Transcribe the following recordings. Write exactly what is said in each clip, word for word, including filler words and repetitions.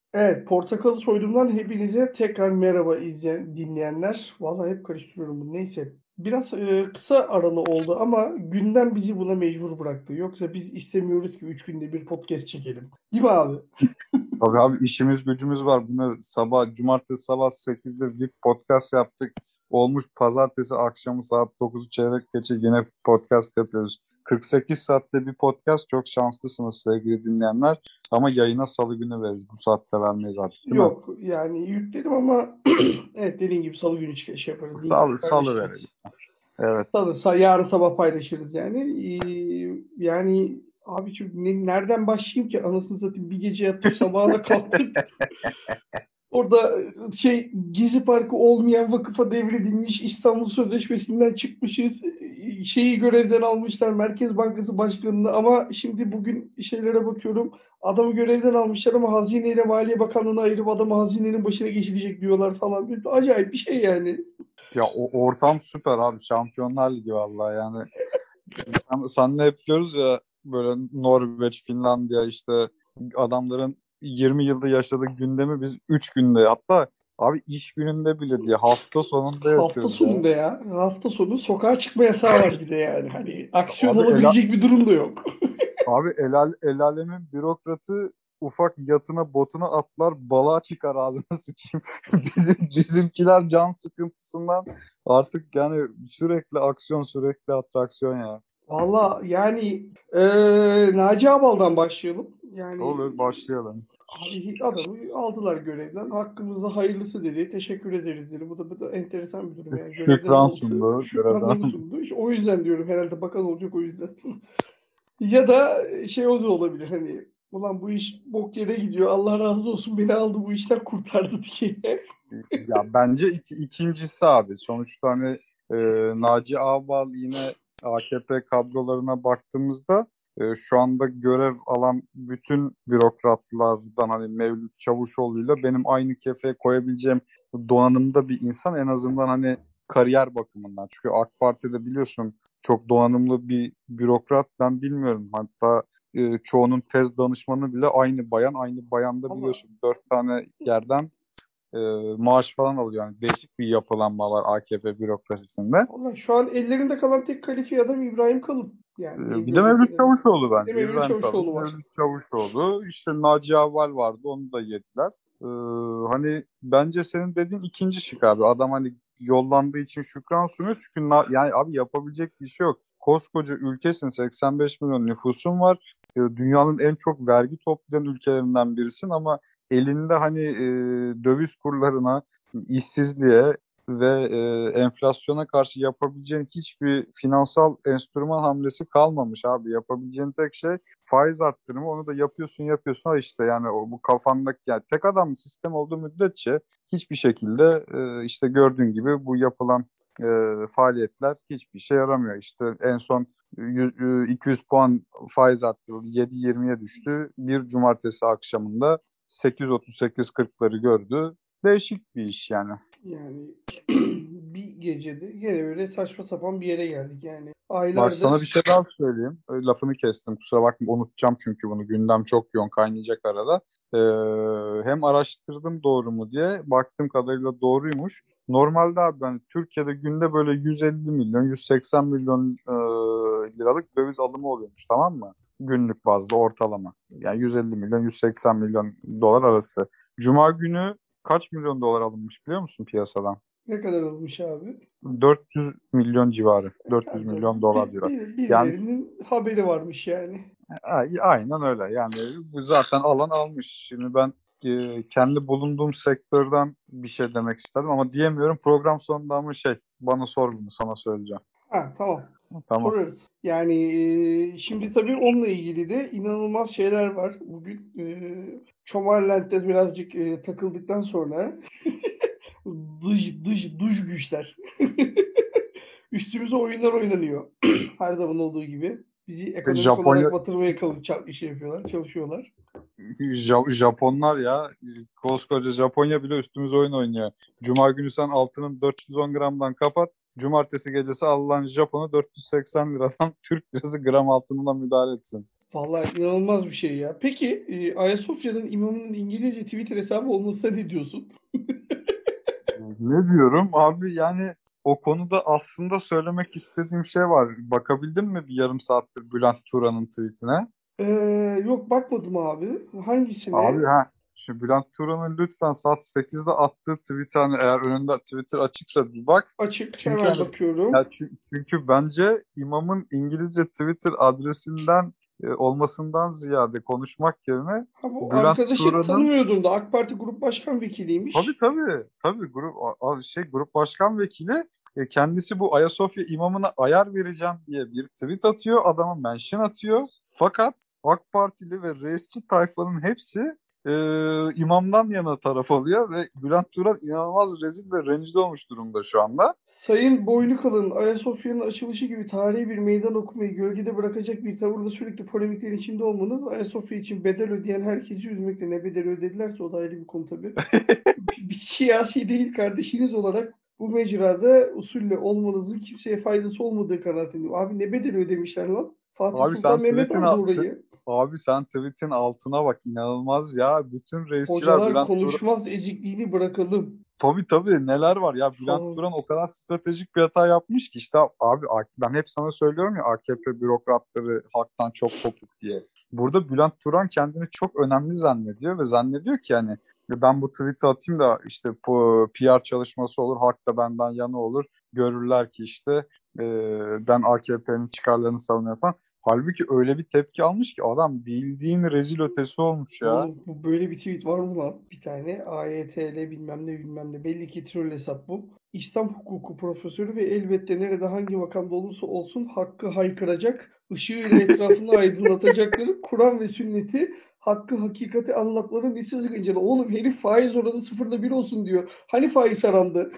Evet, Portakalı Soydum'dan hepinize tekrar merhaba izleyen, dinleyenler. Vallahi hep karıştırıyorum bunu. Neyse. Biraz e, kısa aralı oldu ama gündem bizi buna mecbur bıraktı. Yoksa biz istemiyoruz ki üç günde bir podcast çekelim. Değil mi abi? Tabii abi işimiz gücümüz var. Bunu sabah, cumartesi sabah sekizde bir podcast yaptık. Olmuş pazartesi akşamı saat dokuzu çeyrek geçe yine podcast yapıyoruz. kırk sekiz saatte bir podcast, çok şanslısınız sevgili dinleyenler. Ama yayına salı günü veririz. Bu saatte vermeyiz artık, değil mi? Yok yani yüklerim ama evet dediğin gibi salı günü çık- şey yaparız. Linkini Salı, salı verelim. paylaşırız. Evet. Salı, sa- yarın sabah paylaşırız yani. Ee, yani abi çünkü ne- nereden başlayayım ki anasını satayım bir gece yattık sabahına kalktık. Orada şey Gezi Parkı olmayan vakıfa devredilmiş İstanbul Sözleşmesi'nden çıkmışız. Şeyi görevden almışlar Merkez Bankası Başkanı'nı ama şimdi bugün şeylere bakıyorum. Adamı görevden almışlar ama Hazine ile Maliye Bakanlığı'na ayırıp adamı hazinenin başına geçirecek diyorlar falan. Bir- Acayip bir şey yani. Ya o ortam süper abi. Şampiyonlar Ligi vallahi yani. Sen, senle hep diyoruz ya, böyle Norveç, Finlandiya, işte adamların yirmi yılda yaşadığı gündemi biz üç günde, hatta abi iş gününde bile diye hafta sonunda Hafta yaşıyoruz ya. sonunda ya. Hafta sonu sokağa çıkma yasağı var bir de yani. Hani aksiyon Abi el, olabilecek bir durum da yok. abi el, al- el alemin bürokratı ufak yatına botuna atlar, balığa çıkar ağzına sıçayım. Bizim bizimkiler can sıkıntısından artık yani sürekli aksiyon, sürekli atraksiyon ya. Valla yani eee Naci Abal'dan başlayalım. Yani Olur, başlayalım. abi adamı aldılar görevden. Hakkımızda hayırlısı dedi. Teşekkür ederiz dedi. Bu da, bu da enteresan bir durum yani. Görevden Şükran aldı. sundu Şükranlarını görevden. sundu. İşte o yüzden diyorum herhalde bakan olacak o yüzden. Ya da şey o da olabilir hani ulan bu iş bok yere gidiyor. Allah razı olsun beni aldı bu işler kurtardı diye. Ya bence iki, ikincisi abi. Sonuçta hani e, Naci Ağbal yine A K P kadrolarına baktığımızda e, şu anda görev alan bütün bürokratlardan hani Mevlüt Çavuşoğlu'yla benim aynı kefeye koyabileceğim donanımda bir insan, en azından hani kariyer bakımından. Çünkü AK Parti'de biliyorsun çok donanımlı bir bürokrat ben bilmiyorum. Hatta e, çoğunun tez danışmanı bile aynı bayan, aynı bayanda Allah biliyorsun dört tane yerden e, maaş falan alıyor. Yani değişik bir yapılanma var A K P bürokrasisinde. Allah şu an ellerinde kalan tek kalifiye adam İbrahim Kalın. Yani benim E, bir de gördüğüm Mevlüt kadarıyla. Çavuşoğlu Bir de bence. Mevlüt İbrahim Çavuşoğlu Kalın, var. Mevlüt Çavuşoğlu. İşte Naci Aval vardı, onu da yediler. E, hani bence senin dediğin ikinci şık abi. Adam hani yollandığı için şükran sunuyor. Çünkü na- yani abi yapabilecek bir şey yok. Koskoca ülkesin, seksen beş milyon nüfusun var. E, dünyanın en çok vergi toplayan ülkelerinden birisin ama elinde hani e, döviz kurlarına, işsizliğe ve e, enflasyona karşı yapabileceğin hiçbir finansal enstrüman hamlesi kalmamış abi. Yapabileceğin tek şey faiz arttırımı. Onu da yapıyorsun yapıyorsun. Ha işte yani o, bu kafandaki yani tek adam sistem olduğu müddetçe hiçbir şekilde e, işte gördüğün gibi bu yapılan e, faaliyetler hiçbir şey yaramıyor. İşte en son yüz, e, iki yüz puan faiz arttırıldı. yedi yirmiye düştü. Bir cumartesi akşamında sekiz otuz sekiz kırkları gördü. Değişik bir iş yani. Yani bir gecede gene böyle saçma sapan bir yere geldik yani. Bak sana bir Aylardır şey daha söyleyeyim. Ö, Lafını kestim. Kusura bakma, unutacağım çünkü bunu. Gündem çok yoğun, kaynayacak arada. Ee, hem araştırdım doğru mu diye. Baktığım kadarıyla doğruymuş. Normalde abi ben Türkiye'de günde böyle yüz elli milyon, yüz seksen milyon e, liralık döviz alımı oluyormuş, tamam mı? Günlük bazda ortalama. Yani yüz elli milyon, yüz seksen milyon dolar arası. Cuma günü kaç milyon dolar alınmış biliyor musun piyasadan? ne kadar olmuş abi? dört yüz milyon civarı. dört yüz Tabii tabii. milyon dolar Bir, civarı. bir- Yani birilerinin haberi varmış yani. a- aynen öyle. Yani bu zaten alan almış. Şimdi ben e, kendi bulunduğum sektörden bir şey demek istedim ama diyemiyorum. Program sonunda ama şey, bana sor bunu, sana söyleyeceğim. Ha tamam. Tamam. Sorarız. Yani e, şimdi tabii onunla ilgili de inanılmaz şeyler var. Bugün e, Çomarlent'te birazcık e, takıldıktan sonra dış dış dış güçler üstümüze oyunlar oynanıyor. Her zaman olduğu gibi. Bizi ekonomik olarak Japonya batırmaya kalın şey yapıyorlar, çalışıyorlar. Ja- Japonlar ya, koskoca Japonya bile üstümüze oyun oynuyor. Cuma günü sen altının dört yüz on gramdan kapat. Cumartesi gecesi alınan Japon'a dört yüz seksen liradan Türk lirası gram altınına müdahale etsin. Vallahi inanılmaz bir şey ya. Peki e, Ayasofya'nın imamının İngilizce Twitter hesabı olmasına ne diyorsun? Ne diyorum abi, yani o konuda aslında söylemek istediğim şey var. Bakabildin mi bir yarım saattir Bülent Turan'ın tweetine? Ee, yok bakmadım abi. Abi Hangisine? ha, şu Bülent Turan'ın lütfen saat sekizde attığı tweet, hani eğer önünde Twitter açıksa bir bak. Açık. Çünkü Hemen hani ya bakıyorum. çü- çünkü bence imamın İngilizce Twitter adresinden e, olmasından ziyade konuşmak yerine Ha, bu Bülent arkadaşı Turan'ın. tanımıyordum da AK Parti Grup Başkan Tabii Vekiliymiş. tabii. Tabii grup a- a- şey grup başkan vekili e, kendisi bu Ayasofya imamına ayar vereceğim diye bir tweet atıyor. Adama mention atıyor. Fakat AK Partili ve reisçi tayfanın hepsi e, imamdan yana taraf alıyor ve Bülent Turan inanılmaz rezil ve rencide olmuş durumda şu anda. Sayın Boylukalın, Ayasofya'nın açılışı gibi tarihi bir meydan okumayı gölgede bırakacak bir tavırla sürekli polemiklerin içinde olmanız, Ayasofya için bedel ödeyen herkesi üzmekte, ne bedel ödedilerse o da ayrı bir konu tabii. Bir, bir siyasi değil kardeşiniz olarak bu mecrada usulle olmanızın kimseye faydası olmadığı kanaatindeyim. Abi ne bedel ödemişler lan? Fatih Abi Sultan sen Mehmet tweet'in aldı a- t- orayı. abi sen tweet'in altına bak, inanılmaz ya. Bütün reisçiler Hocalar Bülent Turan. konuşmaz ezikliğini bırakalım. Tabii tabii, neler var ya, Bülent Ha, Turan o kadar stratejik bir hata yapmış ki işte abi, ben hep sana söylüyorum ya, A K P bürokratları halktan çok kopuk diye. Burada Bülent Turan kendini çok önemli zannediyor ve zannediyor ki yani ben bu tweet'i atayım da işte bu P R çalışması olur, halk da benden yana olur, görürler ki işte e, ben A K P'nin çıkarlarını savunuyor falan. Halbuki öyle bir tepki almış ki adam bildiğin rezil ötesi olmuş ya. oğlum bu böyle bir tweet var mı lan? Bir tane A Y T L bilmem ne bilmem ne. Belli ki troll hesap bu. İslam hukuku profesörü ve elbette nerede hangi makamda olursa olsun hakkı haykıracak, ışığıyla etrafını aydınlatacakları Kur'an ve sünneti, hakkı hakikati anlatmanın nesi sakıncalı. Oğlum herif faiz oranı sıfırda bir olsun diyor. Hani faiz haramdı?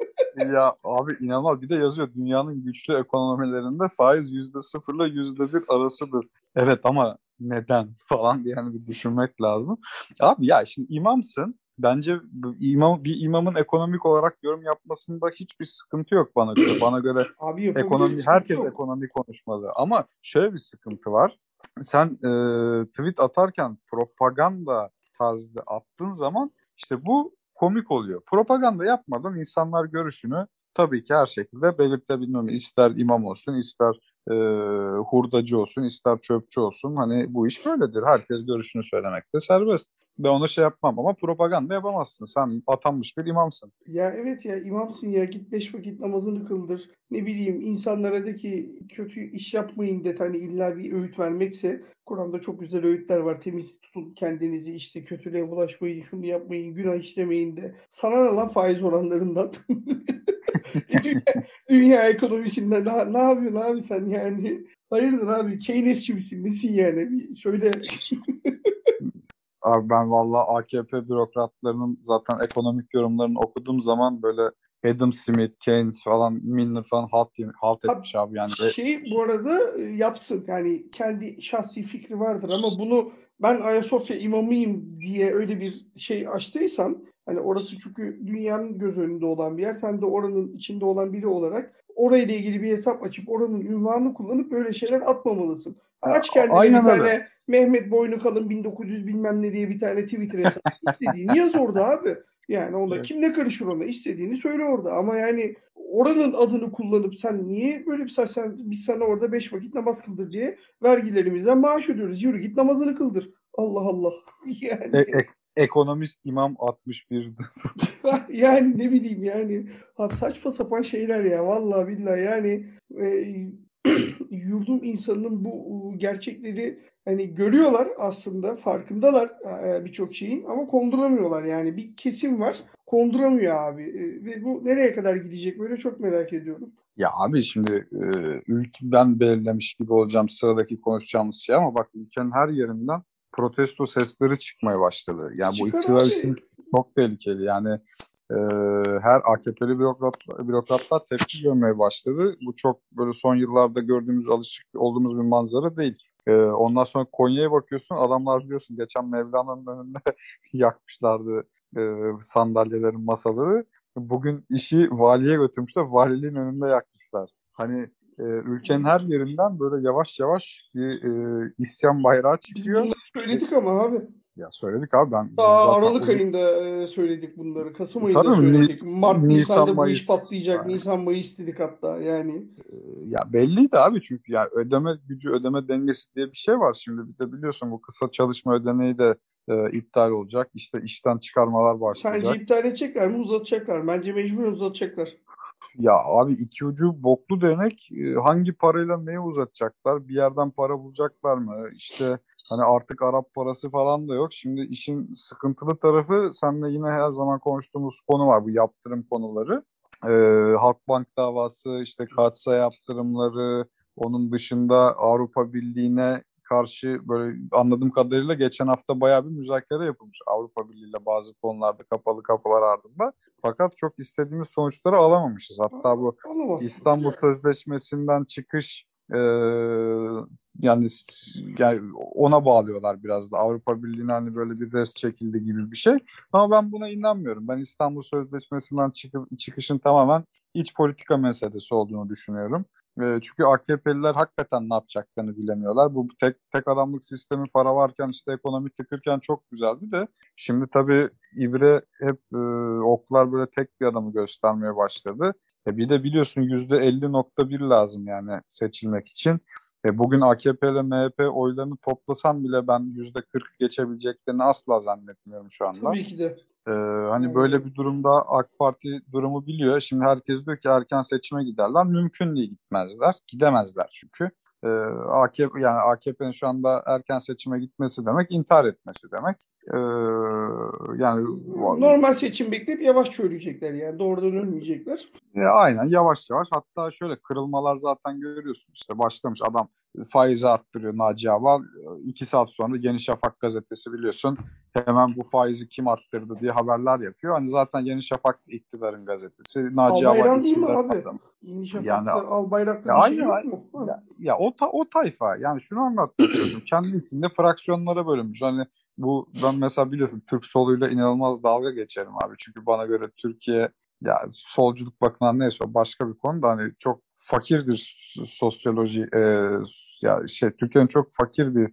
Ya abi inanılmaz, bir de yazıyor dünyanın güçlü ekonomilerinde faiz yüzde sıfırla yüzde bir arasıdır. Evet ama neden falan diye yani bir düşünmek lazım. Abi ya şimdi imamsın. Bence bu imam, bir imamın ekonomik olarak yorum yapmasında hiçbir sıkıntı yok bana göre. Bana göre Abi yapabilir, ekonomi, sıkıntı herkes yok. ekonomi konuşmalı. Ama şöyle bir sıkıntı var. Sen e, tweet atarken propaganda tarzı attığın zaman işte bu komik oluyor. Propaganda yapmadan insanlar görüşünü tabii ki her şekilde belirtebilmeli. İster imam olsun, ister e, hurdacı olsun, ister çöpçü olsun. Hani bu iş böyledir. Herkes görüşünü söylemekte serbest. Ben ona şey yapmam ama propaganda yapamazsın. Sen atanmış bir imamsın. Ya evet ya imamsın ya git beş vakit namazını kıldır. Ne bileyim insanlara de ki kötü iş yapmayın de hani illa bir öğüt vermekse Kur'an'da çok güzel öğütler var. Temiz tutun kendinizi işte kötülüğe bulaşmayın şunu yapmayın günah işlemeyin de. Sana ne lan faiz oranlarından? E, dünya, dünya ekonomisinden ne, ne yapıyorsun abi sen yani? Hayırdır abi Keynesçi misin nesin yani? Bir söyle. Abi ben vallahi A K P bürokratlarının zaten ekonomik yorumlarını okuduğum zaman böyle Adam Smith, Keynes falan, Milner falan halt, halt Ha, etmiş abi yani. Ve şey bu arada e, yapsın yani kendi şahsi fikri vardır ama bunu ben Ayasofya imamıyım diye öyle bir şey açtıysan hani orası çünkü dünyanın göz önünde olan bir yer sen de oranın içinde olan biri olarak orayla ilgili bir hesap açıp oranın ünvanını kullanıp böyle şeyler atmamalısın. e, Aç a- kendine bir aynen öyle. tane Mehmet Boynukalın bin dokuz yüz bilmem ne diye bir tane Twitter hesabı istediğini yaz orada abi. Yani ona Evet. kim ne karışır ona istediğini söyle orada ama yani oranın adını kullanıp sen niye böyle bir saç sen biz sana orada beş vakit namaz kıldır diye vergilerimizden maaş ödüyoruz. Yürü git namazını kıldır. Allah Allah. E- Yani e- ekonomist imam altmış bir. yani ne bileyim yani abi saçma sapan şeyler ya vallahi billahi yani e, yurdum insanının bu gerçekleri hani görüyorlar aslında farkındalar e, birçok şeyin ama konduramıyorlar yani bir kesim var konduramıyor abi. E, ve bu nereye kadar gidecek böyle çok merak ediyorum. Ya abi şimdi e, ülkeden belirlemiş gibi olacağım sıradaki konuşacağımız şey, ama bak ülkenin her yerinden protesto sesleri çıkmaya başladı. Yani bu Çıkar iktidar abi. için çok tehlikeli. Yani e, her A K P'li bürokrat, bürokratlar tepki görmeye başladı. Bu çok böyle son yıllarda gördüğümüz, alışık olduğumuz bir manzara değil. E, ondan sonra Konya'ya bakıyorsun, adamlar biliyorsun geçen Mevlana'nın önünde yakmışlardı e, sandalyelerin, masaları. Bugün işi valiye götürmüşler. Valiliğin önünde yakmışlar. Hani e, ülkenin her yerinden böyle yavaş yavaş bir e, isyan bayrağı Biz çıkıyor. bunları söyledik ama abi. Ya söyledik abi, ben bu Daha zaten Aralık uzun, ayında e, söyledik bunları. Kasım ayında tabii Ni- söyledik. Mart, Nisan Nisan'da bu iş Mayıs. patlayacak. Nisan, Mayıs dedik hatta yani. Ya belliydi abi, çünkü ya ödeme gücü, ödeme dengesi diye bir şey var. Şimdi bir de biliyorsun bu kısa çalışma ödeneği de e, iptal olacak. İşte işten çıkarmalar Sence başlayacak. iptal edecekler mi? Uzatacaklar. Bence mecbur uzatacaklar. Ya abi, iki ucu boklu değnek, e, hangi parayla neye uzatacaklar? Bir yerden para bulacaklar mı? İşte hani artık Arap parası falan da yok. Şimdi işin sıkıntılı tarafı, seninle yine her zaman konuştuğumuz konu var, bu yaptırım konuları. E, Halkbank davası, işte Katsa yaptırımları, onun dışında Avrupa Birliği'ne karşı böyle anladığım kadarıyla geçen hafta bayağı bir müzakere yapılmış Avrupa Birliği ile bazı konularda, kapalı kapılar ardında. Fakat çok istediğimiz sonuçları alamamışız. Hatta bu Alamazsın. İstanbul Sözleşmesi'nden çıkış, e, yani yani ona bağlıyorlar biraz da. Avrupa Birliği'ne hani böyle bir res çekildi gibi bir şey. Ama ben buna inanmıyorum. Ben İstanbul Sözleşmesi'nden çıkıp, çıkışın tamamen iç politika meselesi olduğunu düşünüyorum. E, çünkü A K P'liler hakikaten ne yapacaklarını bilemiyorlar. Bu tek tek adamlık sistemi, para varken, işte ekonomi tıkırken çok güzeldi de şimdi tabii İbre hep e, oklar böyle tek bir adamı göstermeye başladı. E, bir de biliyorsun yüzde elli nokta bir lazım yani seçilmek için. E, bugün A K P ile M H P oylarını toplasam bile ben yüzde kırk geçebileceklerini asla zannetmiyorum şu anda. Tabii ki de. Ee, hani Yani böyle bir durumda AK Parti durumu biliyor. Şimdi herkes diyor ki erken seçime giderler. Mümkün değil, gitmezler. Gidemezler çünkü. Ee, A K P, yani A K P'nin şu anda erken seçime gitmesi demek intihar etmesi demek. Ee, yani normal seçim bekleyip yavaş ölecekler yani. Doğrudan ölmeyecekler. E, aynen, yavaş yavaş, hatta şöyle kırılmalar zaten görüyorsun, işte başlamış adam faizi arttırıyor Naci Ağbal. İki saat sonra Yeni Şafak gazetesi, biliyorsun, hemen bu faizi kim arttırdı diye haberler yapıyor. Hani zaten Yeni Şafak iktidarın gazetesi, Naci Ağbal Albayrak değil mi iktidarın abi? adamı. Yeni Yani Şafak'ta Albayrak'ta ya bir şey aynen, yok aynen. mu? Ha. Ya, ya o ta, o tayfa, yani şunu anlatmaya çalışıyorum. Kendi içinde fraksiyonlara bölünmüş. Hani bu, ben mesela biliyorsun Türk soluyla inanılmaz dalga geçerim abi. Çünkü bana göre Türkiye, ya solculuk bakımından neyse o başka bir konu da, hani çok fakir bir sosyoloji, e, ya şey Türkiye'nin çok fakir bir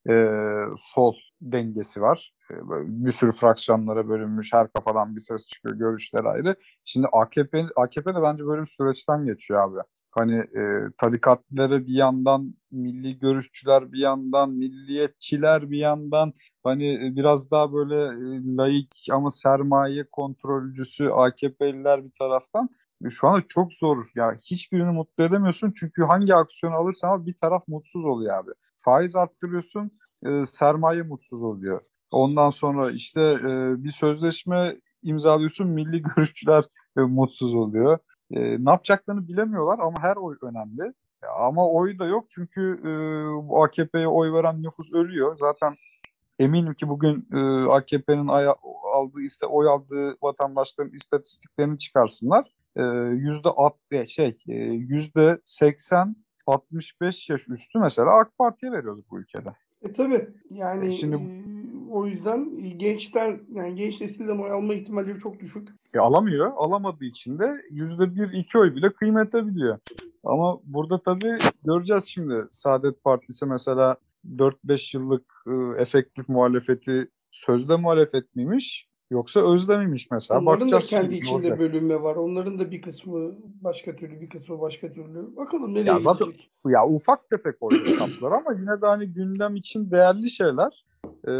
e, sol dengesi var. E, bir sürü fraksiyonlara bölünmüş, her kafadan bir ses çıkıyor, görüşler ayrı. Şimdi A K P A K P de bence böyle bir süreçten geçiyor abi. Hani e, tarikatları bir yandan, milli görüşçüler bir yandan, milliyetçiler bir yandan, hani e, biraz daha böyle e, laik ama sermaye kontrolcüsü A K P'liler bir taraftan. E, Şu anda çok zor. Ya hiçbirini mutlu edemiyorsun, çünkü hangi aksiyonu alırsan al bir taraf mutsuz oluyor abi. Faiz arttırıyorsun, e, sermaye mutsuz oluyor. Ondan sonra işte e, bir sözleşme imzalıyorsun, milli görüşçüler e, mutsuz oluyor. E, ne yapacaklarını bilemiyorlar ama her oy önemli. E, Ama oy da yok, çünkü e, bu A K P'ye oy veren nüfus ölüyor. Zaten eminim ki bugün e, A K P'nin aya- aldığı iste oy aldığı vatandaşların istatistiklerini çıkarsınlar. E, yüzde alt e, şey e, yüzde seksen altmış beş yaş üstü mesela AK Parti'ye veriyordu bu ülkede. E tabii E, yani şimdi e, o yüzden gençten yani genç nesilden oy alma ihtimalleri çok düşük. e, alamıyor. Alamadığı için de yüzde bir iki oy bile kıymet biliyor. Ama burada tabii göreceğiz şimdi. Saadet Partisi mesela dört beş yıllık e, efektif muhalefeti sözde muhalefet miymiş yoksa özde miymiş mesela. Onların da Bakacağız kendi şimdi ne içinde olacak. bölünme var. Onların da bir kısmı başka türlü, bir kısmı başka türlü. Bakalım nereye Ya zaten gidecek. ya ufak tefek oy hesapları ama yine de hani gündem için değerli şeyler. E,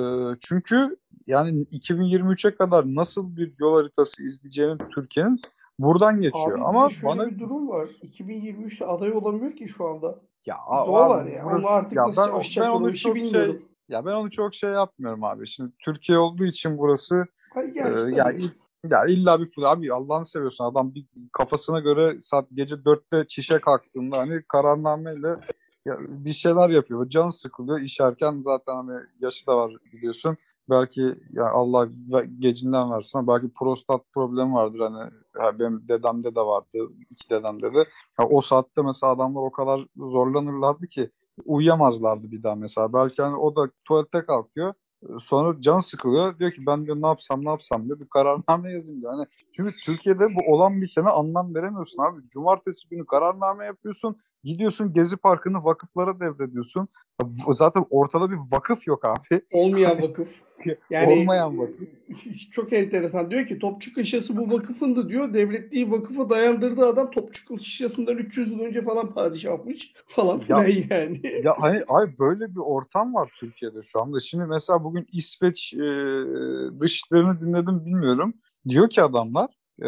çünkü yani iki bin yirmi üçe kadar nasıl bir yol haritası izleyeceğini Türkiye'nin buradan geçiyor. Abi bir de Ama şöyle bana bir durum var. iki bin yirmi üçte aday olamıyor ki şu anda. Ya Bir de a- o abi var ya. Onu burası, artık ya ben nasıl ben aşacaklar o onu işi çok şey bilmiyorum. ya ben onu çok şey yapmıyorum abi. Şimdi Türkiye olduğu için burası, Ay e, gerçi ya tabii. il- ya illa bir abi, Allah'ını seviyorsun, adam bir kafasına göre saat gece dörtte çişe kalktığında hani kararnameyle ya, bir şeyler yapıyor. Can sıkılıyor. İş erken, zaten hani yaşı da var biliyorsun. Belki ya Allah ve- gecinden versin ama belki prostat problemi vardır, hani ha, benim dedemde de vardı, iki dedemde de. Ha, o saatte mesela adamlar o kadar zorlanırlardı ki uyuyamazlardı bir daha mesela. Belki hani o da tuvalete kalkıyor. Sonra can sıkılıyor. Diyor ki ben diyor ne yapsam ne yapsam diyor. Bir kararname yazayım diyor. Hani çünkü Türkiye'de bu olan bitene anlam veremiyorsun abi. Cumartesi günü kararname yapıyorsun. Gidiyorsun Gezi Parkı'nı vakıflara devrediyorsun. Zaten ortada bir vakıf yok abi. Olmayan Hani vakıf. Yani olmayan vakıf. çok enteresan. Diyor ki Topçu Kışlası bu vakıfındı diyor. Devletliği vakıfa dayandırdığı adam Topçu Kışlası'ndan üç yüz yıl önce falan padişahmış falan Ya filan yani. Ya hani ay böyle bir ortam var Türkiye'de şu anda. Şimdi mesela bugün İsveç e, dışlarını dinledim bilmiyorum. Diyor ki adamlar e,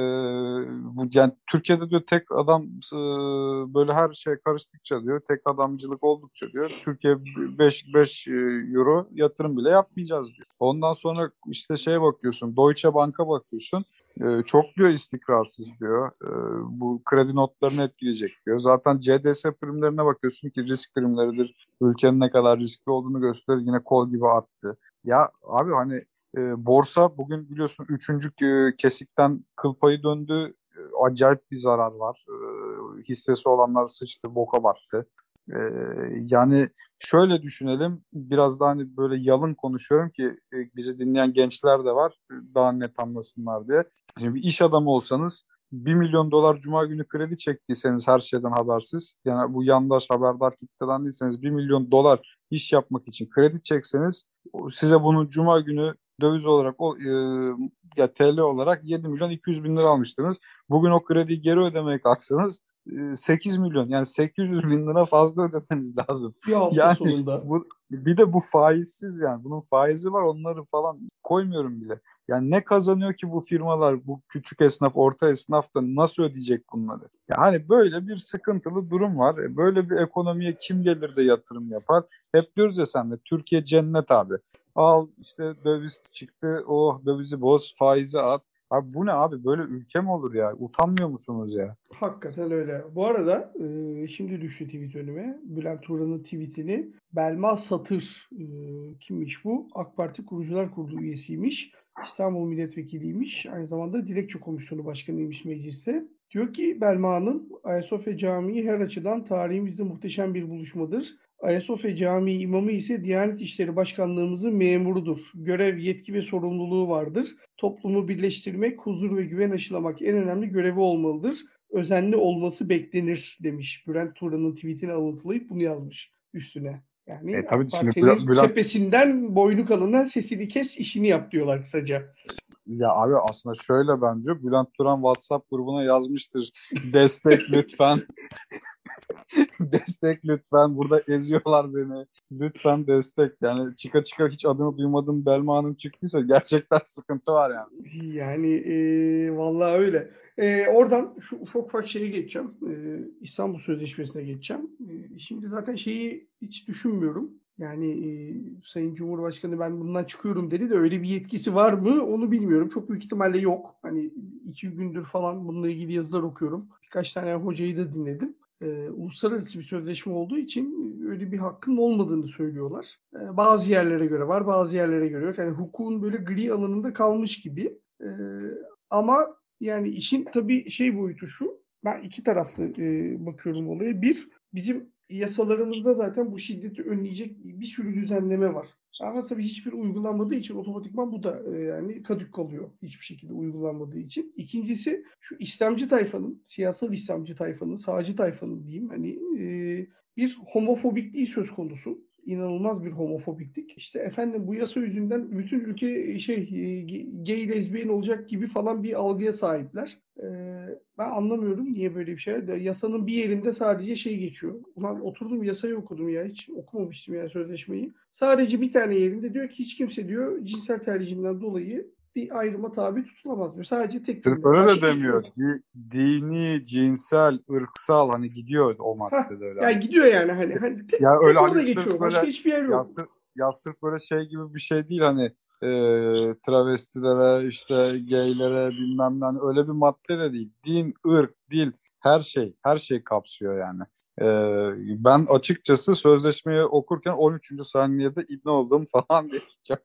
bu yani Türkiye'de diyor tek adam e, böyle her şey karıştıkça diyor tek adamcılık oldukça diyor Türkiye beş beş euro yatırım bile yapmayacağız diyor. Ondan sonra işte şeye bakıyorsun Deutsche Bank'a bakıyorsun. E, çok diyor istikrarsız diyor. E, bu kredi notlarını etkileyecek diyor. Zaten C D S primlerine bakıyorsun ki risk primleridir. Ülkenin ne kadar riskli olduğunu gösterir. Yine kol gibi arttı. Ya abi hani e, borsa bugün biliyorsun üçüncü e, kesikten kıl payı döndü. E, acayip bir zarar var. E, hissesi olanlar sıçtı, boka battı. E, yani şöyle düşünelim. Biraz daha hani böyle yalın konuşuyorum ki e, bizi dinleyen gençler de var. e, Daha net anlasınlar diye. Şimdi bir iş adamı olsanız bir milyon dolar cuma günü kredi çektiyseniz her şeyden habersiz yani bu yandaş haberdar kitleden değilseniz bir milyon dolar iş yapmak için kredi çekseniz size bunu cuma günü döviz olarak o e, ya T L olarak yedi milyon iki yüz bin lira almıştınız. Bugün o krediyi geri ödemeye kalksanız e, sekiz milyon yani sekiz yüz bin lira fazla ödemeniz lazım. Bir hafta Yani sonunda. bu bir de bu faizsiz yani bunun faizi var onları falan koymuyorum bile. Yani ne kazanıyor ki bu firmalar, bu küçük esnaf, orta esnaf da nasıl ödeyecek bunları? Yani böyle bir sıkıntılı durum var. E, Böyle bir ekonomiye kim gelir de yatırım yapar? Hep diyoruz ya sen de Türkiye cennet abi. Al işte döviz çıktı, oh dövizi boz, faizi at. Abi bu ne abi? Böyle ülke mi olur ya? Utanmıyor musunuz ya? Hakikaten öyle. Bu arada e, şimdi düştü tweet önüme. Bülent Turan'ın tweetini. Belma Satır e, kimmiş bu? AK Parti Kurucular Kurulu üyesiymiş. İstanbul Milletvekiliymiş. Aynı zamanda Dilekçe Komisyonu Başkanıymış mecliste. Diyor ki Belma Hanım, Ayasofya Camii her açıdan tarihimizde muhteşem bir buluşmadır. Ayasofya Camii imamı ise Diyanet İşleri Başkanlığımızın memurudur. Görev, yetki ve sorumluluğu vardır. Toplumu birleştirmek, huzur ve güven aşılamak en önemli görevi olmalıdır. Özenli olması beklenir demiş. Bülent Turan'ın tweetini alıntılayıp bunu yazmış üstüne. Yani E tabii AK şimdi Parti'nin Bülent tepesinden boynu kalına sesini kes, işini yap diyorlar kısaca. ya abi aslında şöyle bence Bülent Turan WhatsApp grubuna yazmıştır. Destek lütfen. Destek lütfen. Burada eziyorlar beni. Lütfen destek. Yani çıka çıka hiç adını duymadığım Belma Hanım çıktıysa gerçekten sıkıntı var yani. Yani e, vallahi öyle. E, oradan şu ufak ufak şeye geçeceğim. E, İstanbul Sözleşmesi'ne geçeceğim. E, şimdi zaten şeyi hiç düşünmüyorum. Yani e, Sayın Cumhurbaşkanı ben bundan çıkıyorum dedi de öyle bir yetkisi var mı onu bilmiyorum. Çok büyük ihtimalle yok. Hani iki gündür falan bununla ilgili yazılar okuyorum. Birkaç tane hocayı da dinledim. E, uluslararası bir sözleşme olduğu için öyle bir hakkın olmadığını söylüyorlar. E, bazı yerlere göre var, bazı yerlere göre yok. Yani hukukun böyle gri alanında kalmış gibi. E, ama yani işin tabii şey boyutu şu. Ben iki taraflı e, bakıyorum olaya. Bir, bizim yasalarımızda zaten bu şiddeti önleyecek bir sürü düzenleme var. Ama tabii hiçbir uygulanmadığı için otomatikman bu da e, yani kadük kalıyor. Hiçbir şekilde uygulanmadığı için. İkincisi şu İslamcı tayfanın, siyasal İslamcı tayfanın, sağcı tayfanın diyeyim hani e, bir homofobikliği söz konusu. İnanılmaz bir homofobiklik. İşte efendim bu yasa yüzünden bütün ülke şey e, gay lezbiyen olacak gibi falan bir algıya sahipler. E, ben anlamıyorum niye böyle bir şey. De, yasanın bir yerinde sadece şey geçiyor. Ulan oturdum yasayı okudum ya hiç okumamıştım ya sözleşmeyi. Sadece bir tane yerinde diyor ki hiç kimse diyor cinsel tercihinden dolayı bir ayrıma tabi tutulamaz diyor. Sadece tek Sırf cümle. öyle de Başka hiçbir şey demiyor. yok. Di- dini, cinsel, ırksal hani gidiyor o Ha, maddede öyle ya hani. gidiyor yani hani, hani Ya tek, öyle tek hani orada sırf geçiyor. Başka böyle hiçbir yer ya yok. sırf, ya sırf böyle şey gibi bir şey değil hani e, travestilere işte gaylere bilmem ne hani öyle bir madde de değil. Din, ırk, dil her şey her şey kapsıyor yani. E, ben açıkçası sözleşmeyi okurken on üçüncü saniyede ibne oldum falan diye gideceğim.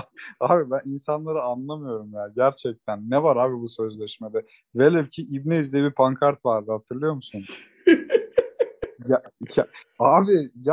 Abi ben insanları anlamıyorum ya gerçekten. Ne var abi bu sözleşmede? Velev ki İbneyiz diye bir pankart vardı hatırlıyor musun? Ya, ya abi ya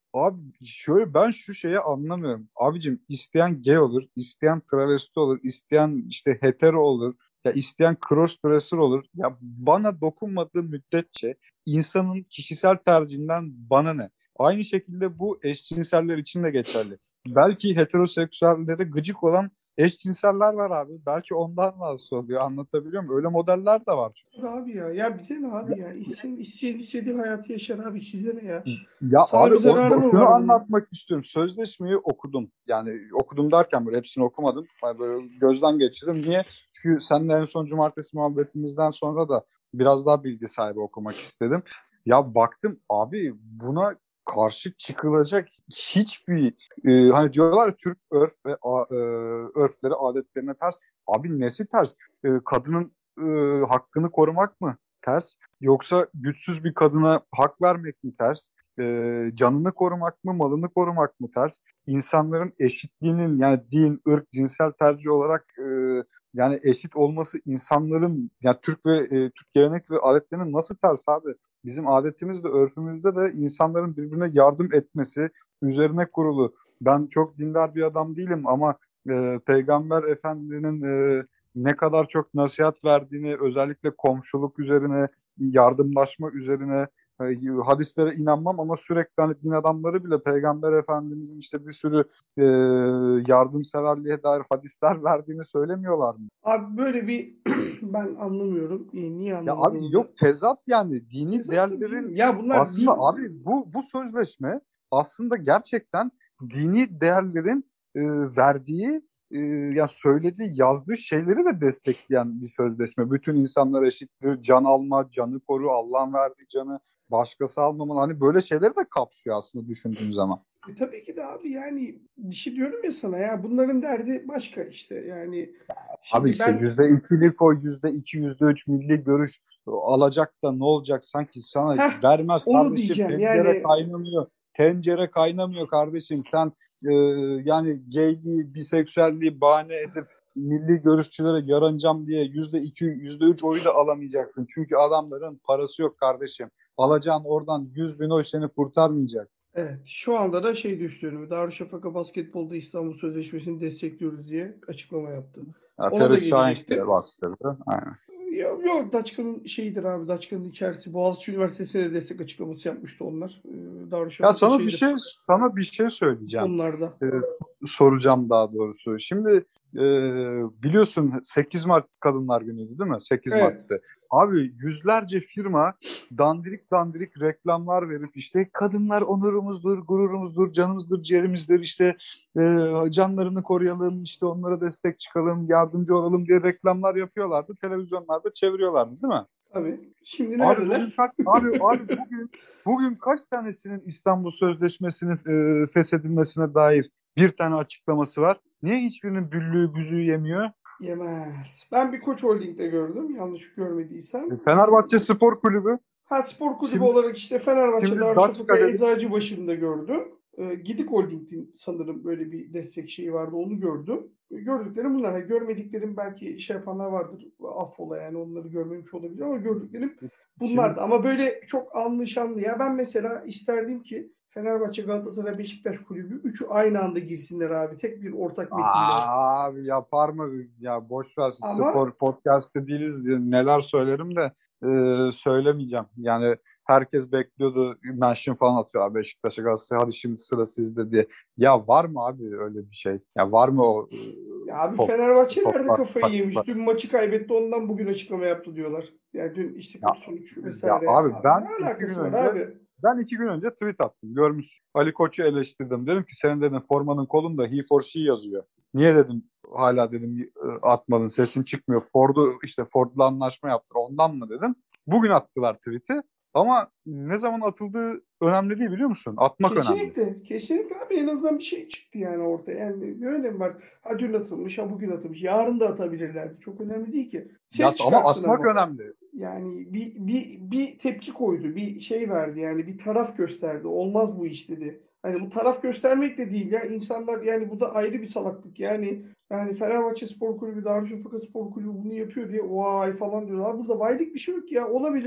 Abi şöyle ben şu şeyi anlamıyorum. Abicim isteyen gay olur, isteyen travesti olur, isteyen işte hetero olur, ya isteyen crossdresser olur. Ya bana dokunmadığı müddetçe insanın kişisel tercihinden bana ne? Aynı şekilde bu eşcinseller için de geçerli. Belki heteroseksüellere gıcık olan eşcinseller var abi. Belki ondan rahatsız oluyor. Anlatabiliyor muyum? Öyle modeller de var. Abi ya. Ya bize ne abi ya? İsteyen istediği istediği hayatı yaşar abi. Size ne ya? Ya Sana abi bir o, zararı mı şunu var bunun? anlatmak istiyorum. Sözleşmeyi okudum. Yani okudum derken böyle hepsini okumadım. Yani böyle gözden geçirdim. Niye? Çünkü seninle en son cumartesi muhabbetimizden sonra da biraz daha bilgi sahibi okumak istedim. Ya baktım abi buna karşı çıkılacak hiçbir e, hani diyorlar ya, Türk örf ve a- e, örfleri adetlerine ters. Abi nesi ters? E, kadının e, hakkını korumak mı ters? Yoksa güçsüz bir kadına hak vermek mi ters? E, canını korumak mı, malını korumak mı ters? İnsanların eşitliğinin yani din, ırk, cinsel tercih olarak e, yani eşit olması insanların yani Türk ve e, Türk gelenek ve adetlerinin nasıl ters abi? Bizim adetimizde, örfümüzde de insanların birbirine yardım etmesi üzerine kurulu. Ben çok dindar bir adam değilim ama e, Peygamber Efendinin e, ne kadar çok nasihat verdiğini, özellikle komşuluk üzerine, yardımlaşma üzerine e, hadislere inanmam ama sürekli hani din adamları bile Peygamber Efendimizin işte bir sürü e, yardımseverliğe dair hadisler verdiğini söylemiyorlar mı? Abi böyle bir ben anlamıyorum. E, niye Ya abi anlamadığımı da. yok tezat yani dini Tezat tabii canım. değerlerin Ya bunlar aslında din. abi bu bu sözleşme aslında gerçekten dini değerlerin e, verdiği e, ya söylediği yazdığı şeyleri de destekleyen bir sözleşme. Bütün insanlar eşittir. Can alma, canı koru, Allah'ın verdiği canı başkası almamalı. Hani böyle şeyleri de kapsıyor aslında düşündüğün zaman. E, tabii ki de abi yani bir şey diyorum ya sana ya bunların derdi başka işte yani Abi şimdi işte ben yüzde ikili koy, yüzde iki, yüzde üç milli görüş alacak da ne olacak sanki sana heh vermez onu kardeşim. diyeceğim Tencere yani kaynamıyor. Tencere kaynamıyor kardeşim. Sen e, yani gayliği, biseksüelliği bahane edip milli görüşçülere yaranacağım diye yüzde iki, yüzde üç oyu da alamayacaksın. Çünkü adamların parası yok kardeşim. Alacağın oradan yüz bin oy seni kurtarmayacak. evet şu anda da şey düştü önüme Darüşşafaka basketbolda İstanbul Sözleşmesi'ni destekliyoruz diye açıklama yaptı. Ya, Ona da Ferit Şahinkaya gelecektim. bastırdı. Aynen. Yok, yok Daçka'nın şeyidir abi Daçka'nın içerisi Boğaziçi Üniversitesi'ne de destek açıklaması yapmıştı onlar. Ee, Ya Darüşşafaka sana bir şey şeydir sana bir şey bu söyleyeceğim. konularda. Ee, soracağım daha doğrusu. Şimdi e, biliyorsun sekiz Mart Kadınlar Günü'ydü değil mi? sekiz Evet. Mart'tı. Abi yüzlerce firma dandirik dandirik reklamlar verip işte kadınlar onurumuzdur, gururumuzdur, canımızdır, ciğerimizdir, işte e, canlarını koruyalım, işte onlara destek çıkalım, yardımcı olalım diye reklamlar yapıyorlardı. Televizyonlarda çeviriyorlardı değil mi? Tabii. Şimdi Abi bugün neredeler? kaç abi abi bugün bugün kaç tanesinin İstanbul Sözleşmesi'nin e, feshedilmesine dair bir tane açıklaması var? Niye hiçbirinin büllüğü büzüğü yemiyor? Yemez. Ben bir Koç Holding'de gördüm. Yanlış görmediysem. E, Ee, Fenerbahçe Spor Kulübü ha spor kulübü şimdi olarak işte Fenerbahçe, şimdi Darüşşafaka, Daçka dedik. Eczacıbaşı'nda gördüm. Ee, Gidik Holding'in sanırım böyle bir destek şeyi vardı. Onu gördüm. Ee, Gördüklerim bunlar. Ha, görmediklerim belki şey yapanlar vardır. Affola yani onları görmemiş olabilir ama gördüklerim Şimdi bunlardı. Ama böyle çok anlaşanlı. Ya ben mesela isterdim ki Fenerbahçe, Galatasaray, Beşiktaş kulübü üçü aynı anda girsinler abi. Tek bir ortak metinde. abi yapar mı ya, boş ver, Ama spor podcast'ı değiliz diye neler söylerim de e, söylemeyeceğim. Yani herkes bekliyordu, mention falan atıyor Beşiktaş'a, Galatasaray hadi şimdi sıra sizde diye. Ya var mı abi öyle bir şey? Ya var mı o e, ya abi top Fenerbahçeler de toplar kafayı yemiş. taşlar? Dün maçı kaybetti ondan bugün açıklama yaptı diyorlar. Yani dün işte Ya, kötü sonuç ya vesaire. Ya abi abi ne ben iki gün alakası var önce abi? ben iki gün önce tweet attım. Görmüş. Ali Koç'u eleştirdim. Dedim ki senin dedim formanın kolunda he for she yazıyor. Niye dedim hala dedim e, atmadın, sesin çıkmıyor. Ford'u işte Ford'la anlaşma yaptı. Ondan mı dedim. Bugün attılar tweet'i. Ama ne zaman atıldığı önemli değil biliyor musun? Atmak önemli. Kesinlikle. Kesinlikle abi en azından bir şey çıktı yani ortaya. Yani ne önemi var? Ha dün atılmış, ha bugün atılmış. Yarın da atabilirlerdi. Çok önemli değil ki. Ya Ses ama çıkarttın atmak ama. önemli. Yani bir, bir, bir tepki koydu. Bir şey verdi yani. Bir taraf gösterdi. Olmaz bu iş dedi. Hani bu taraf göstermek de değil ya. İnsanlar yani bu da ayrı bir salaklık. Yani yani Fenerbahçe Spor Kulübü, Darüşşafaka Spor Kulübü bunu yapıyor diye vay falan diyorlar. Burada vaylık bir şey yok ya. Olabilir.